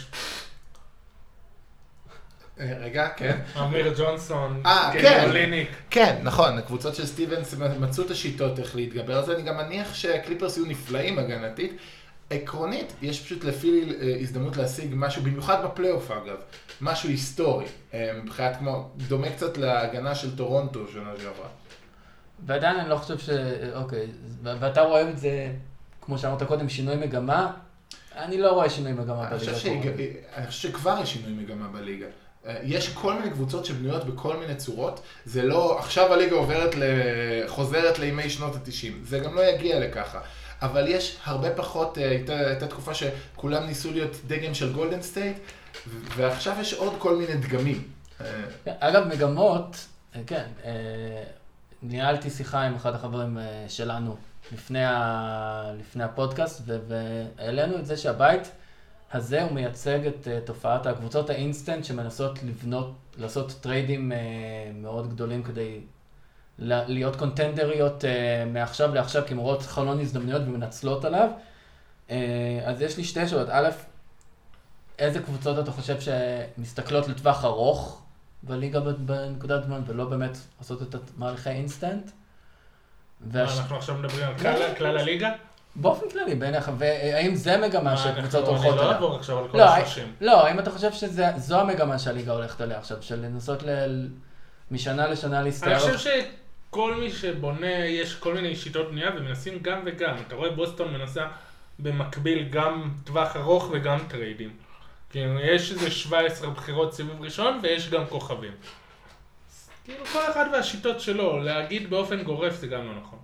רגע, כן. אמיר ג'ונסון, כן, כן, נכון, הקבוצות של סטיבנס מצאו את השיטות איך להתגבר על זה, אני גם מניח שהקליפרס יהיו נפלאים הגנתית. עקרונית, יש פשוט לפילי הזדמנות להשיג משהו, במיוחד בפלייאוף אגב, משהו היסטורי, מבחינת כמו, דומה קצת להגנה של טורונטו שנה שעברה. ועדיין אני לא חושב ש... אוקיי, ואתה רואה את זה, כמו שאמרת קודם, שינוי מגמה, אני לא רואה שינוי מגמה בליגה. אני חושב שכבר יש שינוי מגמה בליגה. יש כל מיני קבוצות שבנויות בכל מיני צורות, זה לא, עכשיו הליגה עוברת, חוזרת לימי שנות ה-תשעים, זה גם לא יגיע לככה. אבל יש הרבה פחות, הייתה, הייתה תקופה שכולם ניסו להיות דגם של גולדן סטייט, ועכשיו יש עוד כל מיני דגמים. אגב, מגמות, כן, ניהלתי שיחה עם אחד החברים שלנו לפני, ה, לפני הפודקאסט, והעלינו את זה שהבית הזה הוא מייצג את תופעת הקבוצות האינסטנט שמנסות לבנות, לעשות טריידים מאוד גדולים כדי להיות קונטנדריות מעכשיו לעכשיו, כי מורות חלון הזדמנויות ומנצלות עליו. אז יש לי שתי שאלות. א', איזה קבוצות אתה חושב שמסתכלות לטווח ארוך בליגה בנקודת זמן, ולא באמת לעשות את המהלכי אינסטנט. אנחנו עכשיו מדברים על כלל הליגה? באופן כללי, בעיניך, והאם זה מגמה שקבוצות הולכות אליה? אני לא אעבור עכשיו על כל השלושים. לא, האם אתה חושב שזו המגמה שהליגה הולכת עליה עכשיו, של לנסות משנה לשנה להסתער? אני חושב שכל מי שבונה, יש כל מיני שיטות בנייה ומנסים גם וגם. אתה רואה בוסטון מנסה במקביל גם טווח ארוך וגם טריידים. יש איזה שבע עשרה בחירות סיבוב ראשון ויש גם כוכבים. כאילו כל אחד והשיטות שלו, להגיד באופן גורף זה גם לא נכון.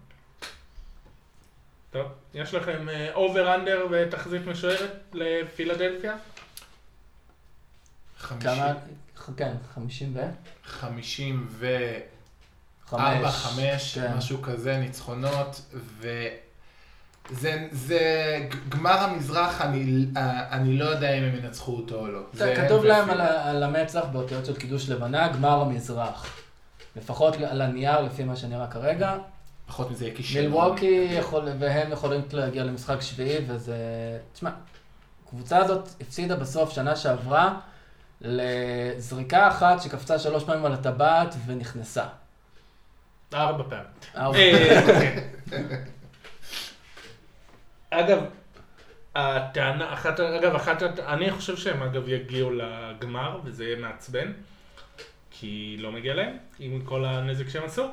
טוב, יש לכם אובר אנדר ותחזית משוערת לפילדלפיה? כמה? כן, חמישים ו? חמישים וארבע, חמש, משהו כזה, ניצחונות, וזה גמר המזרח, אני לא יודע אם הם ינצחו אותו או לא. כתוב להם על המצח באותיות של קידוש לבנה, גמר המזרח. לפחות על הנייר, לפי מה שנראה כרגע. פחות מזה יהיה כישלון. מילווקי יכול, והם יכולים להגיע למשחק שביעי, וזה... תשמע, הקבוצה הזאת הפסידה בסוף שנה שעברה לזריקה אחת שקפצה שלוש פעמים על הטבעת ונכנסה. ארבע פעמים. ארבע פעמים. אגב, הטענה, אחת, אגב, אחת, אני חושב שהם אגב יגיעו לגמר, וזה יהיה מעצבן, כי לא מגיע להם, עם כל הנזק שהם עשו.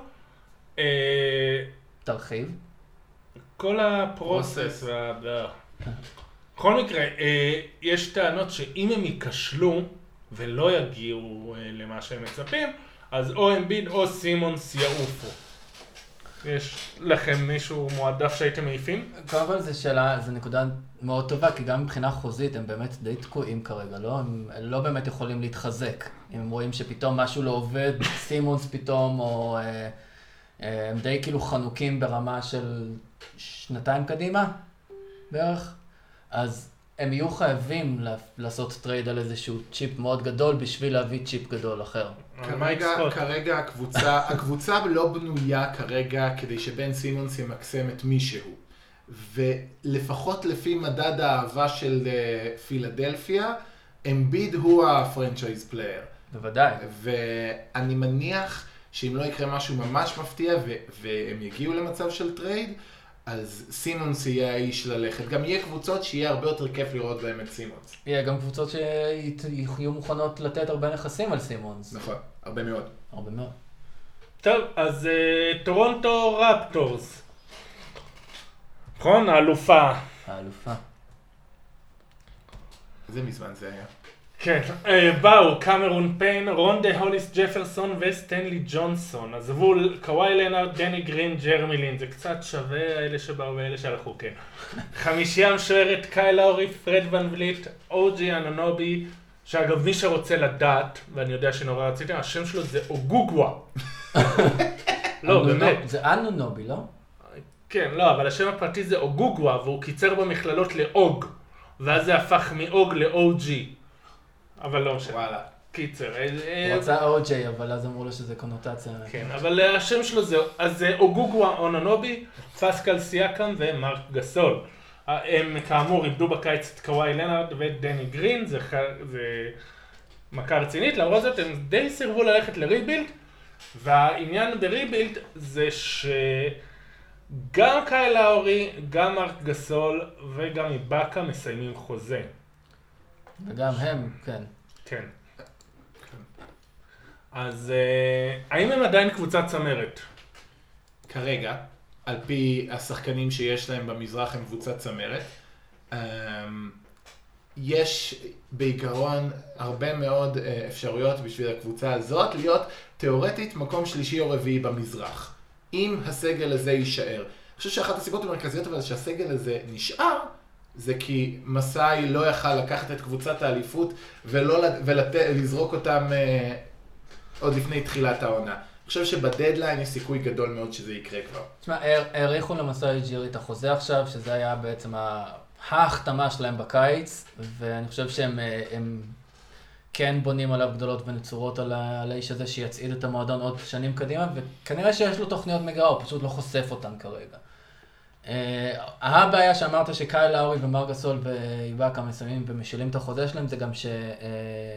תרחיב. כל הפרוסס וה... בכל מקרה, יש טענות שאם הם ייכשלו ולא יגיעו למה שהם מצפים, אז או אמביד או סימונס יעופו. יש לכם מישהו מועדף שהייתם מעיפים? קודם כל זו שאלה, זו נקודה מאוד טובה, כי גם מבחינה חוזית הם באמת די תקועים כרגע, לא? הם לא באמת יכולים להתחזק. אם הם רואים שפתאום משהו לא עובד, סימונס פתאום, או... הם די כאילו חנוקים ברמה של שנתיים קדימה, בערך. אז הם יהיו חייבים לעשות טרייד על איזשהו צ'יפ מאוד גדול בשביל להביא צ'יפ גדול אחר. כרגע, כרגע הקבוצה, הקבוצה לא בנויה כרגע כדי שבן סימונס ימקסם את מישהו. ולפחות לפי מדד האהבה של פילדלפיה, אמביד הוא הפרנצ'ייז פלייר. בוודאי. ואני מניח שאם לא יקרה משהו ממש מפתיע והם יגיעו למצב של טרייד, אז סימונס יהיה האיש ללכת. גם יהיה קבוצות שיהיה הרבה יותר כיף לראות בהם את סימונס. יהיה גם קבוצות שיהיו מוכנות לתת הרבה נכסים על סימונס. נכון, הרבה מאוד. הרבה מאוד. טוב, אז טורונטו רפטורס. נכון? האלופה. האלופה. איזה מזמן זה היה. כן, באו קמרון פיין, רונדה הוליס ג'פרסון וסטנלי ג'ונסון. עזבו קוואי לנארד, דני גרין, ג'רמי לין. זה קצת שווה אלה שבאו ואלה שהלכו, כן. חמישייה משוערת, קייל לאורי, פרד ון וליט, אוג'י אנונובי, שאגב מי שרוצה לדעת, ואני יודע שנורא רציתם, השם שלו זה אוגוגווה. לא, באמת. זה אנונובי, לא? כן, לא, אבל השם הפרטי זה אוגוגווה, והוא קיצר במכללות לאוג, ואז זה הפך מאוג לאוג'י. אבל לא משנה. וואלה. קיצר. הוא רצה או-ג'יי, אבל אז אמרו לו שזה קונוטציה. כן, אבל השם שלו זה, אז זה אוגוגווה אונונובי, פסקל סייקם ומרק גסול. הם כאמור איבדו בקיץ את קוואי לנארד ואת דני גרין, זה, זה מכה רצינית, למרות זאת הם די סירבו ללכת לריבילד, והעניין בריבילד זה שגם קייל לאורי, גם מרק גסול וגם איבאקה מסיימים חוזה. וגם הם, כן. כן. אז האם הם עדיין קבוצת צמרת? כרגע, על פי השחקנים שיש להם במזרח הם קבוצת צמרת. יש בעיקרון הרבה מאוד אפשרויות בשביל הקבוצה הזאת להיות תיאורטית מקום שלישי או רביעי במזרח. אם הסגל הזה יישאר. אני חושב שאחת הסיבות המרכזיות אבל שהסגל הזה נשאר, זה כי מסאי לא יכל לקחת את קבוצת האליפות ולזרוק אותם אה, עוד לפני תחילת העונה. אני חושב שבדדליין יש סיכוי גדול מאוד שזה יקרה כבר. תשמע, העריכו למסאי ג'ירי את החוזה עכשיו, שזה היה בעצם ההחתמה שלהם בקיץ, ואני חושב שהם הם כן בונים עליו גדולות ונצורות על האיש הזה שיצעיד את המועדון עוד שנים קדימה, וכנראה שיש לו תוכניות מגרה, הוא פשוט לא חושף אותן כרגע. הבעיה שאמרת שקייל לאורי ומרק גסול ואיבאקה מסיימים ומשלים את החוזה שלהם, זה גם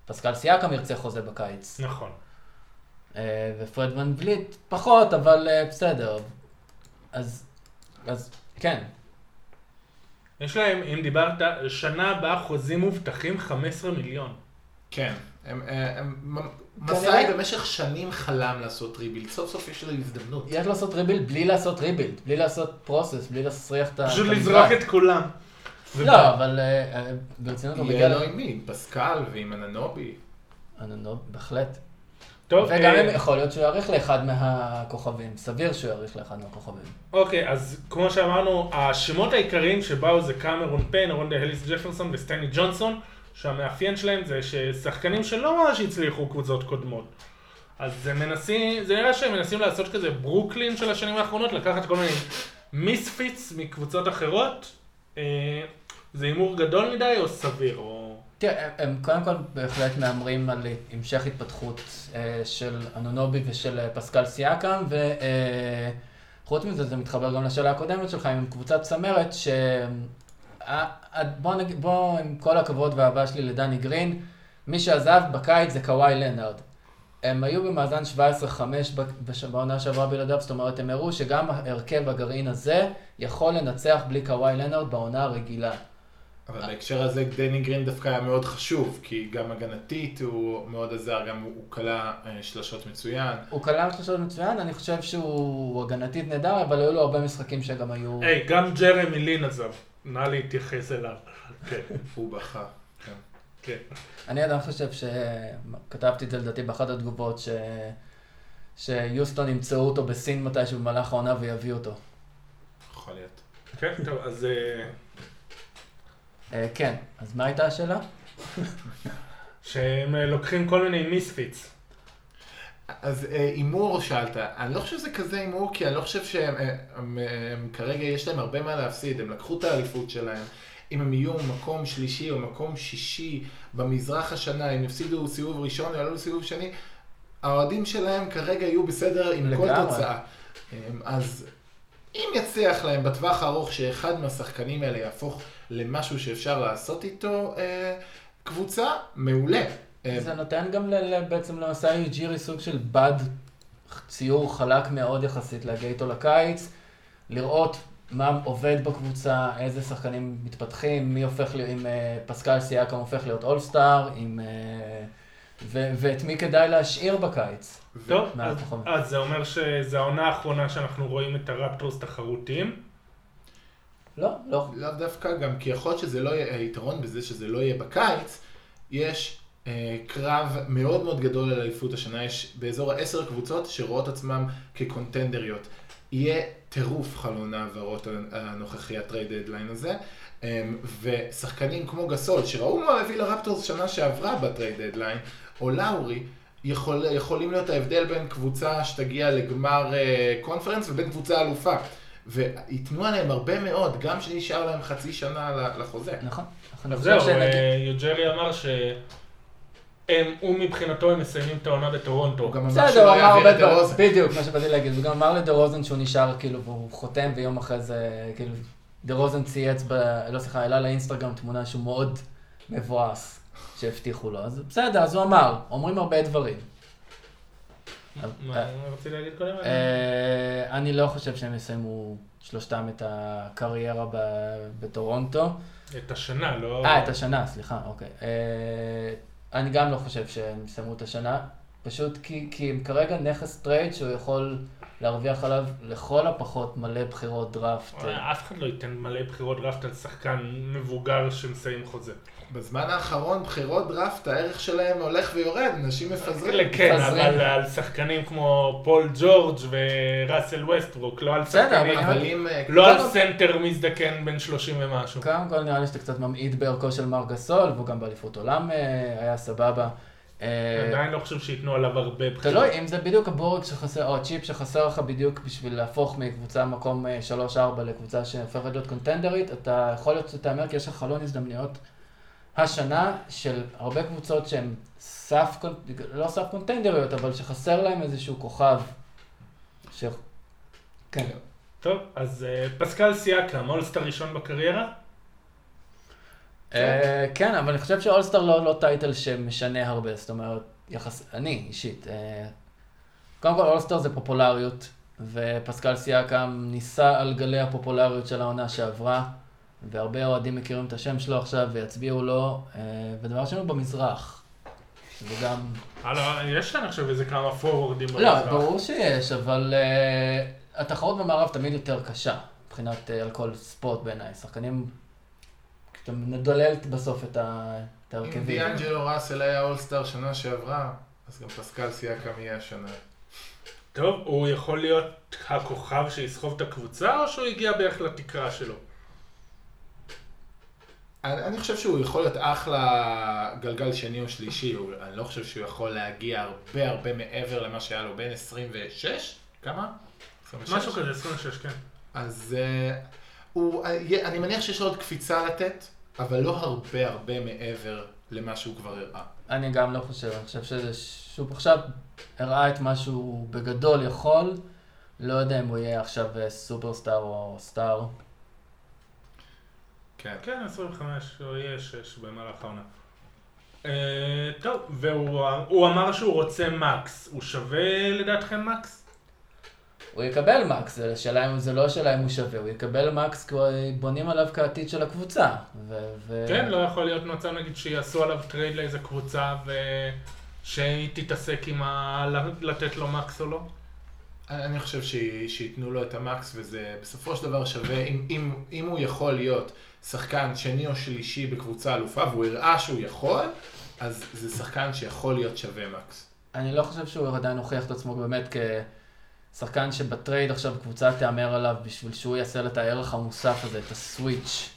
פסקל סייקם ירצה חוזה בקיץ. נכון. ופרד ון וליט פחות, אבל בסדר. אז, אז כן. יש להם, אם דיברת, שנה הבאה חוזים מובטחים חמישה עשר מיליון. כן. הם, הם, מסאי במשך שנים חלם לעשות ריבילד, סוף סוף יש לו הזדמנות. יש לעשות ריבילד בלי לעשות ריבילד, בלי לעשות פרוסס, בלי להסריח את ה... פשוט לזרוק את כולם. לא, אבל ברצינות הוא יהיה לו עם מי? עם פסקל ועם אננובי. אננובי, בהחלט. טוב. וגם יכול להיות שהוא יעריך לאחד מהכוכבים, סביר שהוא יעריך לאחד מהכוכבים. אוקיי, אז כמו שאמרנו, השמות העיקריים שבאו זה קמרון פיין, רונדה הליס ג'פרסון וסטני ג'ונסון, שהמאפיין שלהם זה ששחקנים שלא ממש הצליחו קבוצות קודמות. אז זה מנסים, זה נראה שהם מנסים לעשות כזה ברוקלין של השנים האחרונות, לקחת כל מיני מיספיץ מקבוצות אחרות. זה הימור גדול מדי או סביר? או... תראה, הם קודם כל בהחלט מאמרים על המשך התפתחות של אנונובי ושל פסקל סייקם, וחוץ מזה זה מתחבר גם לשאלה הקודמת שלך עם קבוצת צמרת, ש... בוא נגיד, בוא עם כל הכבוד והאהבה שלי לדני גרין, מי שעזב בקיץ זה קוואי לנארד. הם היו במאזן שבע עשרה חמש בעונה שעברה בלעדיו, זאת אומרת, הם הראו שגם הרכב הגרעין הזה יכול לנצח בלי קוואי לנארד בעונה הרגילה. אבל בהקשר הזה דני גרין דווקא היה מאוד חשוב, כי גם הגנתית הוא מאוד עזר, גם הוא קלה שלשות מצוין. הוא קלה שלשות מצוין, אני חושב שהוא הגנתית נהדר, אבל היו לו הרבה משחקים שגם היו... היי, גם ג'רמי לין עזב, נא להתייחס אליו. הוא בכה. כן. אני עדיין חושב שכתבתי את זה לדעתי באחת התגובות, ש... שיוסטון ימצאו אותו בסין מתישהו במהלך העונה ויביאו אותו. יכול להיות. כן, טוב, אז... כן, אז מה הייתה השאלה? שהם לוקחים כל מיני מיספיץ. אז אימור שאלת, אני לא חושב שזה כזה אימור, כי אני לא חושב שהם הם, הם, כרגע יש להם הרבה מה להפסיד, הם לקחו את האליפות שלהם. אם הם יהיו מקום שלישי או מקום שישי במזרח השנה, אם יפסידו סיבוב ראשון או יעלו סיבוב שני, האוהדים שלהם כרגע יהיו בסדר עם כל תוצאה. אז אם יצליח להם בטווח הארוך שאחד מהשחקנים האלה יהפוך למשהו שאפשר לעשות איתו אה, קבוצה, מעולה. זה נותן גם בעצם למסאי ג'ירי סוג של בד ציור חלק מאוד יחסית להגיע איתו לקיץ, לראות מה עובד בקבוצה, איזה שחקנים מתפתחים, מי הופך להיות, אם פסקל סייקם הופך להיות אולסטאר, ואת מי כדאי להשאיר בקיץ. טוב, אז, אז זה אומר שזו העונה האחרונה שאנחנו רואים את הרפטורס תחרותיים? לא, לא. לא דווקא גם, כי יכול להיות שזה לא יהיה, היתרון בזה שזה לא יהיה בקיץ, יש אה, קרב מאוד מאוד גדול על אליפות השנה, יש באזור העשר קבוצות שרואות עצמם כקונטנדריות. יהיה טירוף חלון העברות הנוכחי הטרייד דדליין הזה, ושחקנים כמו גסול, שראו מה הביא לרפטורס שנה שעברה בטרייד דדליין, או לאורי, יכול, יכולים להיות ההבדל בין קבוצה שתגיע לגמר קונפרנס ובין קבוצה אלופה. ויתנו עליהם הרבה מאוד, גם שנשאר להם חצי שנה לחוזה. נכון. אז זהו, יוג'רי אמר ש... הוא מבחינתו הם מסיימים את העונה בטורונטו. הוא גם אמר שלא יעביר את דרוזן. בדיוק, מה שבאתי להגיד. הוא גם אמר לדרוזן שהוא נשאר, כאילו, והוא חותם, ויום אחרי זה, כאילו, דרוזן צייץ, לא סליחה, העלה לאינסטגרם תמונה שהוא מאוד מבואס, שהבטיחו לו. אז בסדר, אז הוא אמר, אומרים הרבה דברים. מה רציתי להגיד קודם? אני לא חושב שהם יסיימו שלושתם את הקריירה בטורונטו. את השנה, לא... אה, את השנה, סליחה, אוקיי. אני גם לא חושב שהם יסיימו את השנה, פשוט כי, כי הם כרגע נכס טרייד שהוא יכול להרוויח עליו לכל הפחות מלא בחירות דראפט. אף אחד לא ייתן מלא בחירות דראפט על שחקן מבוגר שמסיים חוזר. בזמן האחרון בחירות דראפט, הערך שלהם הולך ויורד, אנשים מפזרים. כן, אבל על שחקנים כמו פול ג'ורג' וראסל ווסטברוק, לא על שחקנים, לא על סנטר מזדקן בין שלושים ומשהו. קודם כל נראה לי שאתה קצת ממעיט בערכו של מר גסול, והוא גם באליפות עולם היה סבבה. עדיין לא חושב שיתנו עליו הרבה בחירות. תלוי, אם זה בדיוק הבורג שחסר, או הצ'יפ שחסר לך בדיוק בשביל להפוך מקבוצה מקום שלוש ארבע לקבוצה שהופכת להיות קונטנדרית, אתה יכול להיות שתאמר כי יש לך חלון הזדמנויות השנה של הרבה קבוצות שהן סף, לא סף קונטנדריות, אבל שחסר להם איזשהו כוכב. ש... כן. טוב, אז פסקל סייקם, אולסטאר ראשון בקריירה? כן, אבל אני חושב שאולסטאר לא טייטל שמשנה הרבה, זאת אומרת, יחס, אני אישית. קודם כל, אולסטאר זה פופולריות, ופסקל סייקם ניסה על גלי הפופולריות של העונה שעברה, והרבה אוהדים מכירים את השם שלו עכשיו ויצביעו לו, ודבר שנו במזרח. וגם... יש כאן עכשיו איזה כמה פורורדים במזרח. לא, ברור שיש, אבל התחרות במערב תמיד יותר קשה, מבחינת על כל ספורט בעיניי. שחקנים, כשאתה מדולל בסוף את ההרכבים. אם דיאנג'לו ראסל היה אולסטאר שנה שעברה, אז גם פסקל סייקם יהיה השנה. טוב, הוא יכול להיות הכוכב שיסחוב את הקבוצה, או שהוא הגיע בערך לתקרה שלו? אני, אני חושב שהוא יכול להיות אחלה גלגל שני או שלישי, הוא, אני לא חושב שהוא יכול להגיע הרבה הרבה מעבר למה שהיה לו בין עשרים ושש, כמה? עשרים ושש? משהו כזה, עשרים ושש, כן. אז uh, הוא, אני מניח שיש לו עוד קפיצה לתת, אבל לא הרבה הרבה מעבר למה שהוא כבר הראה. אני גם לא חושב, אני חושב שזה שהוא עכשיו הראה את מה שהוא בגדול יכול, לא יודע אם הוא יהיה עכשיו סופרסטאר או סטאר. כן. כן, עשרים וחמש, או יהיה שש במהלך העונה. אה, טוב, והוא אמר שהוא רוצה מקס, הוא שווה לדעתכם מקס? הוא יקבל מקס, השאלה אם זה לא השאלה אם הוא שווה, הוא יקבל מקס כי בונים עליו כעתיד של הקבוצה. ו- ו- כן, לא יכול להיות מצב נגיד שיעשו עליו טרייד לאיזה קבוצה ושהיא תתעסק עם ה... לתת לו מקס או לא? אני חושב שיתנו לו את המקס וזה בסופו של דבר שווה, אם, אם, אם הוא יכול להיות שחקן שני או שלישי בקבוצה אלופה והוא הראה שהוא יכול, אז זה שחקן שיכול להיות שווה מקס. אני לא חושב שהוא עדיין הוכיח את עצמו באמת כשחקן שבטרייד עכשיו קבוצה תאמר עליו בשביל שהוא יעשה את הערך המוסף הזה, את הסוויץ'.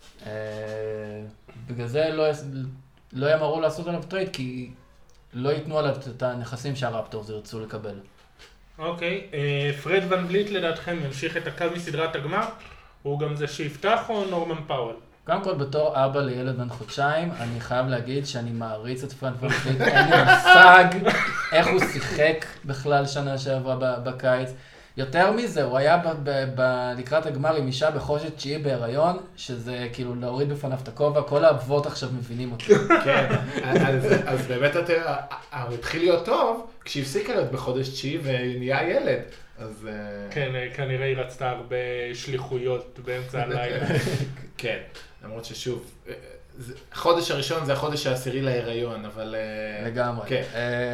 בגלל זה לא, לא ימרו לעשות עליו טרייד כי לא ייתנו עליו את הנכסים שהרפטורס ירצו לקבל. אוקיי, פרד ון וליט לדעתכם ימשיך את הקו מסדרת הגמר? הוא גם זה שיפתח או נורמן פאוול? קודם כל, בתור אבא לילד בן חודשיים, אני חייב להגיד שאני מעריץ את פרד ון וליט. אין לי מושג איך הוא שיחק בכלל שנה שעברה בקיץ. יותר מזה, הוא היה ב- ב- ב- לקראת הגמר עם אישה בחודש תשיעי בהיריון, שזה כאילו להוריד בפניו את הכובע, כל האבות עכשיו מבינים אותו. כן, אז, אז באמת אתה, הוא התחיל להיות טוב כשהפסיק להיות בחודש תשיעי ונהיה ילד. אז... כן, כנראה היא רצתה הרבה שליחויות באמצע הלילה. כן, למרות ששוב, החודש הראשון זה החודש העשירי להיריון, אבל... לגמרי. כן.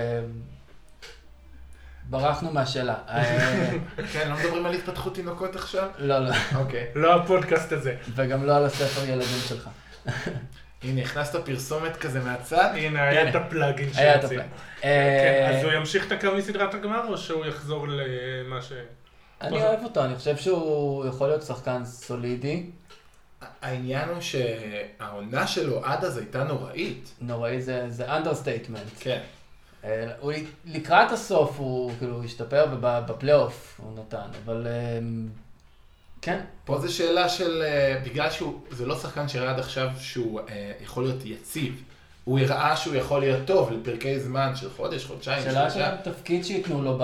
ברחנו מהשאלה. כן, לא מדברים על התפתחות תינוקות עכשיו? לא, לא. אוקיי. לא הפודקאסט הזה. וגם לא על הספר ילדים שלך. הנה, הכנסת פרסומת כזה מהצד. הנה, היה את הפלאגין היה את שיוצאים. הפלאגין. אז הוא ימשיך את הקו מסדרת הגמר, או שהוא יחזור למה ש... אני אוהב אותו, אני חושב שהוא יכול להיות שחקן סולידי. העניין הוא שהעונה שלו עד אז הייתה נוראית. נוראי זה אנדרסטייטמנט. כן. הוא לקראת הסוף הוא כאילו השתפר ובפלייאוף הוא נתן, אבל כן. פה זו שאלה של, בגלל שהוא, זה לא שחקן שראה עד עכשיו שהוא יכול להיות יציב. הוא הראה שהוא יכול להיות טוב לפרקי זמן של חודש, חודשיים, שאלה של התפקיד שיתנו לו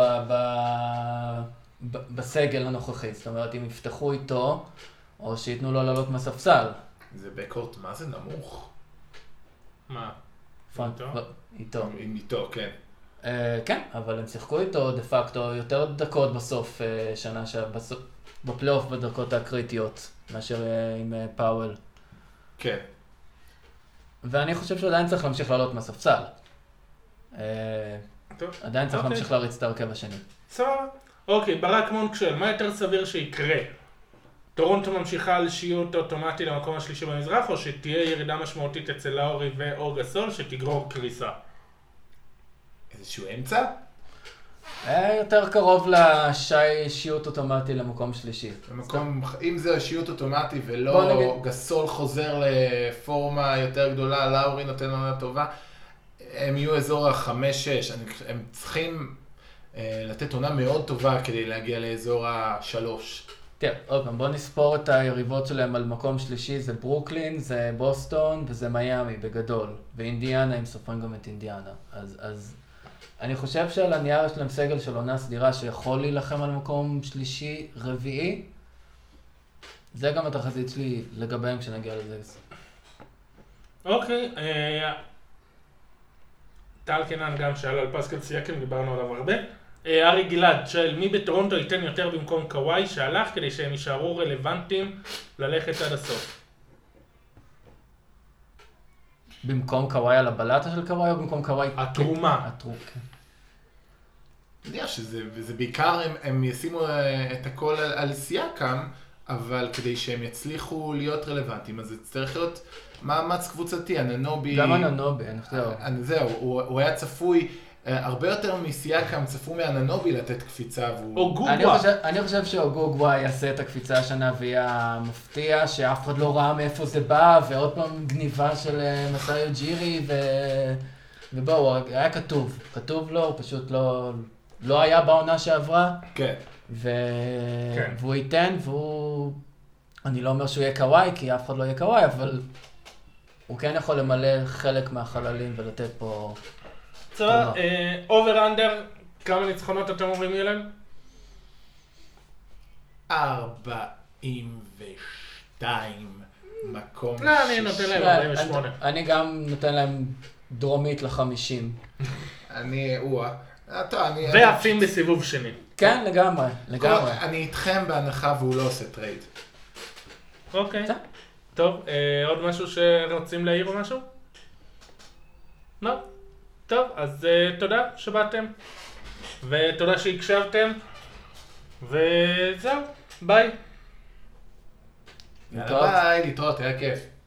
בסגל הנוכחי, זאת אומרת אם יפתחו איתו או שיתנו לו לעלות מהספסל. זה בקורט, מה זה נמוך? מה? איתו? איתו. איתו, כן. כן, אבל הם שיחקו איתו דה פקטו יותר דקות בסוף שנה בפלייאוף בדקות הקריטיות מאשר עם פאוול. כן. ואני חושב שהוא עדיין צריך להמשיך לעלות מהספסל. עדיין צריך להמשיך להריץ את הרכב השני. סבבה. אוקיי, ברק מונק שואל, מה יותר סביר שיקרה? טורונטו ממשיכה על שיוט אוטומטי למקום השלישי במזרח, או שתהיה ירידה משמעותית אצל לאורי ואור גסול שתגרור קריסה? איזשהו אמצע? יותר קרוב לשי שיוט אוטומטי למקום שלישי. למקום, אם זה שיוט אוטומטי ולא גסול חוזר לפורמה יותר גדולה, לאורי נותן עונה טובה, הם יהיו אזור החמש שש, הם צריכים לתת עונה מאוד טובה כדי להגיע לאזור השלוש. תראה, עוד פעם, בוא נספור את היריבות שלהם על מקום שלישי, זה ברוקלין, זה בוסטון וזה מיימי בגדול, ואינדיאנה, אם סופרים גם את אינדיאנה. אז, אז אני חושב שעל הנייר יש להם סגל של עונה סדירה שיכול להילחם על מקום שלישי, רביעי. זה גם התחזית שלי לגביהם כשנגיע לזה. אוקיי, אה, טל קנן גם שאל על פסקל סייקם, דיברנו עליו הרבה. אה, ארי גלעד שואל, מי בטורונטו ייתן יותר במקום קוואי שהלך כדי שהם יישארו רלוונטיים ללכת עד הסוף? במקום קוואי על הבלטה של קוואי או במקום קוואי? התרומה. התרומה, כן. אני יודע שזה וזה בעיקר, הם, הם ישימו אה, את הכל על, על סייקם, אבל כדי שהם יצליחו להיות רלוונטיים, אז זה צריך להיות מאמץ קבוצתי, אננובי... גם אננובי, אני חושב. אני, זהו, הוא, הוא היה צפוי, אה, הרבה יותר מסייקם צפו מאננובי לתת קפיצה, והוא... או גוגווה. אני חושב, אני חושב שאוגוגווה יעשה את הקפיצה השנה ויהיה מפתיע, שאף אחד לא ראה מאיפה זה בא, ועוד פעם גניבה של אה, מסאיו ג'ירי, ו... ובואו, היה כתוב, כתוב לו, הוא פשוט לא, לא היה בעונה שעברה. כן. ו... כן. והוא ייתן, והוא... אני לא אומר שהוא יהיה קוואי, כי אף אחד לא יהיה קוואי, אבל הוא כן יכול למלא חלק מהחללים ולתת פה... צבא, אובר אנדר, כמה ניצחונות אתם אומרים ילן? ארבעים ושתיים מקום לא, אני נותן להם ארבעים ושמונה. אני גם נותן להם דרומית לחמישים. אני, וואה. טוב, אני... ועפים בסיבוב שני. כן, לגמרי, לגמרי. אני איתכם בהנחה והוא לא עושה טרייד. אוקיי. טוב, אה, עוד משהו שרוצים להעיר או משהו? לא. טוב, אז uh, תודה שבאתם, ותודה שהקשבתם, וזהו, ביי. יאללה ביי, להתראות, היה כיף.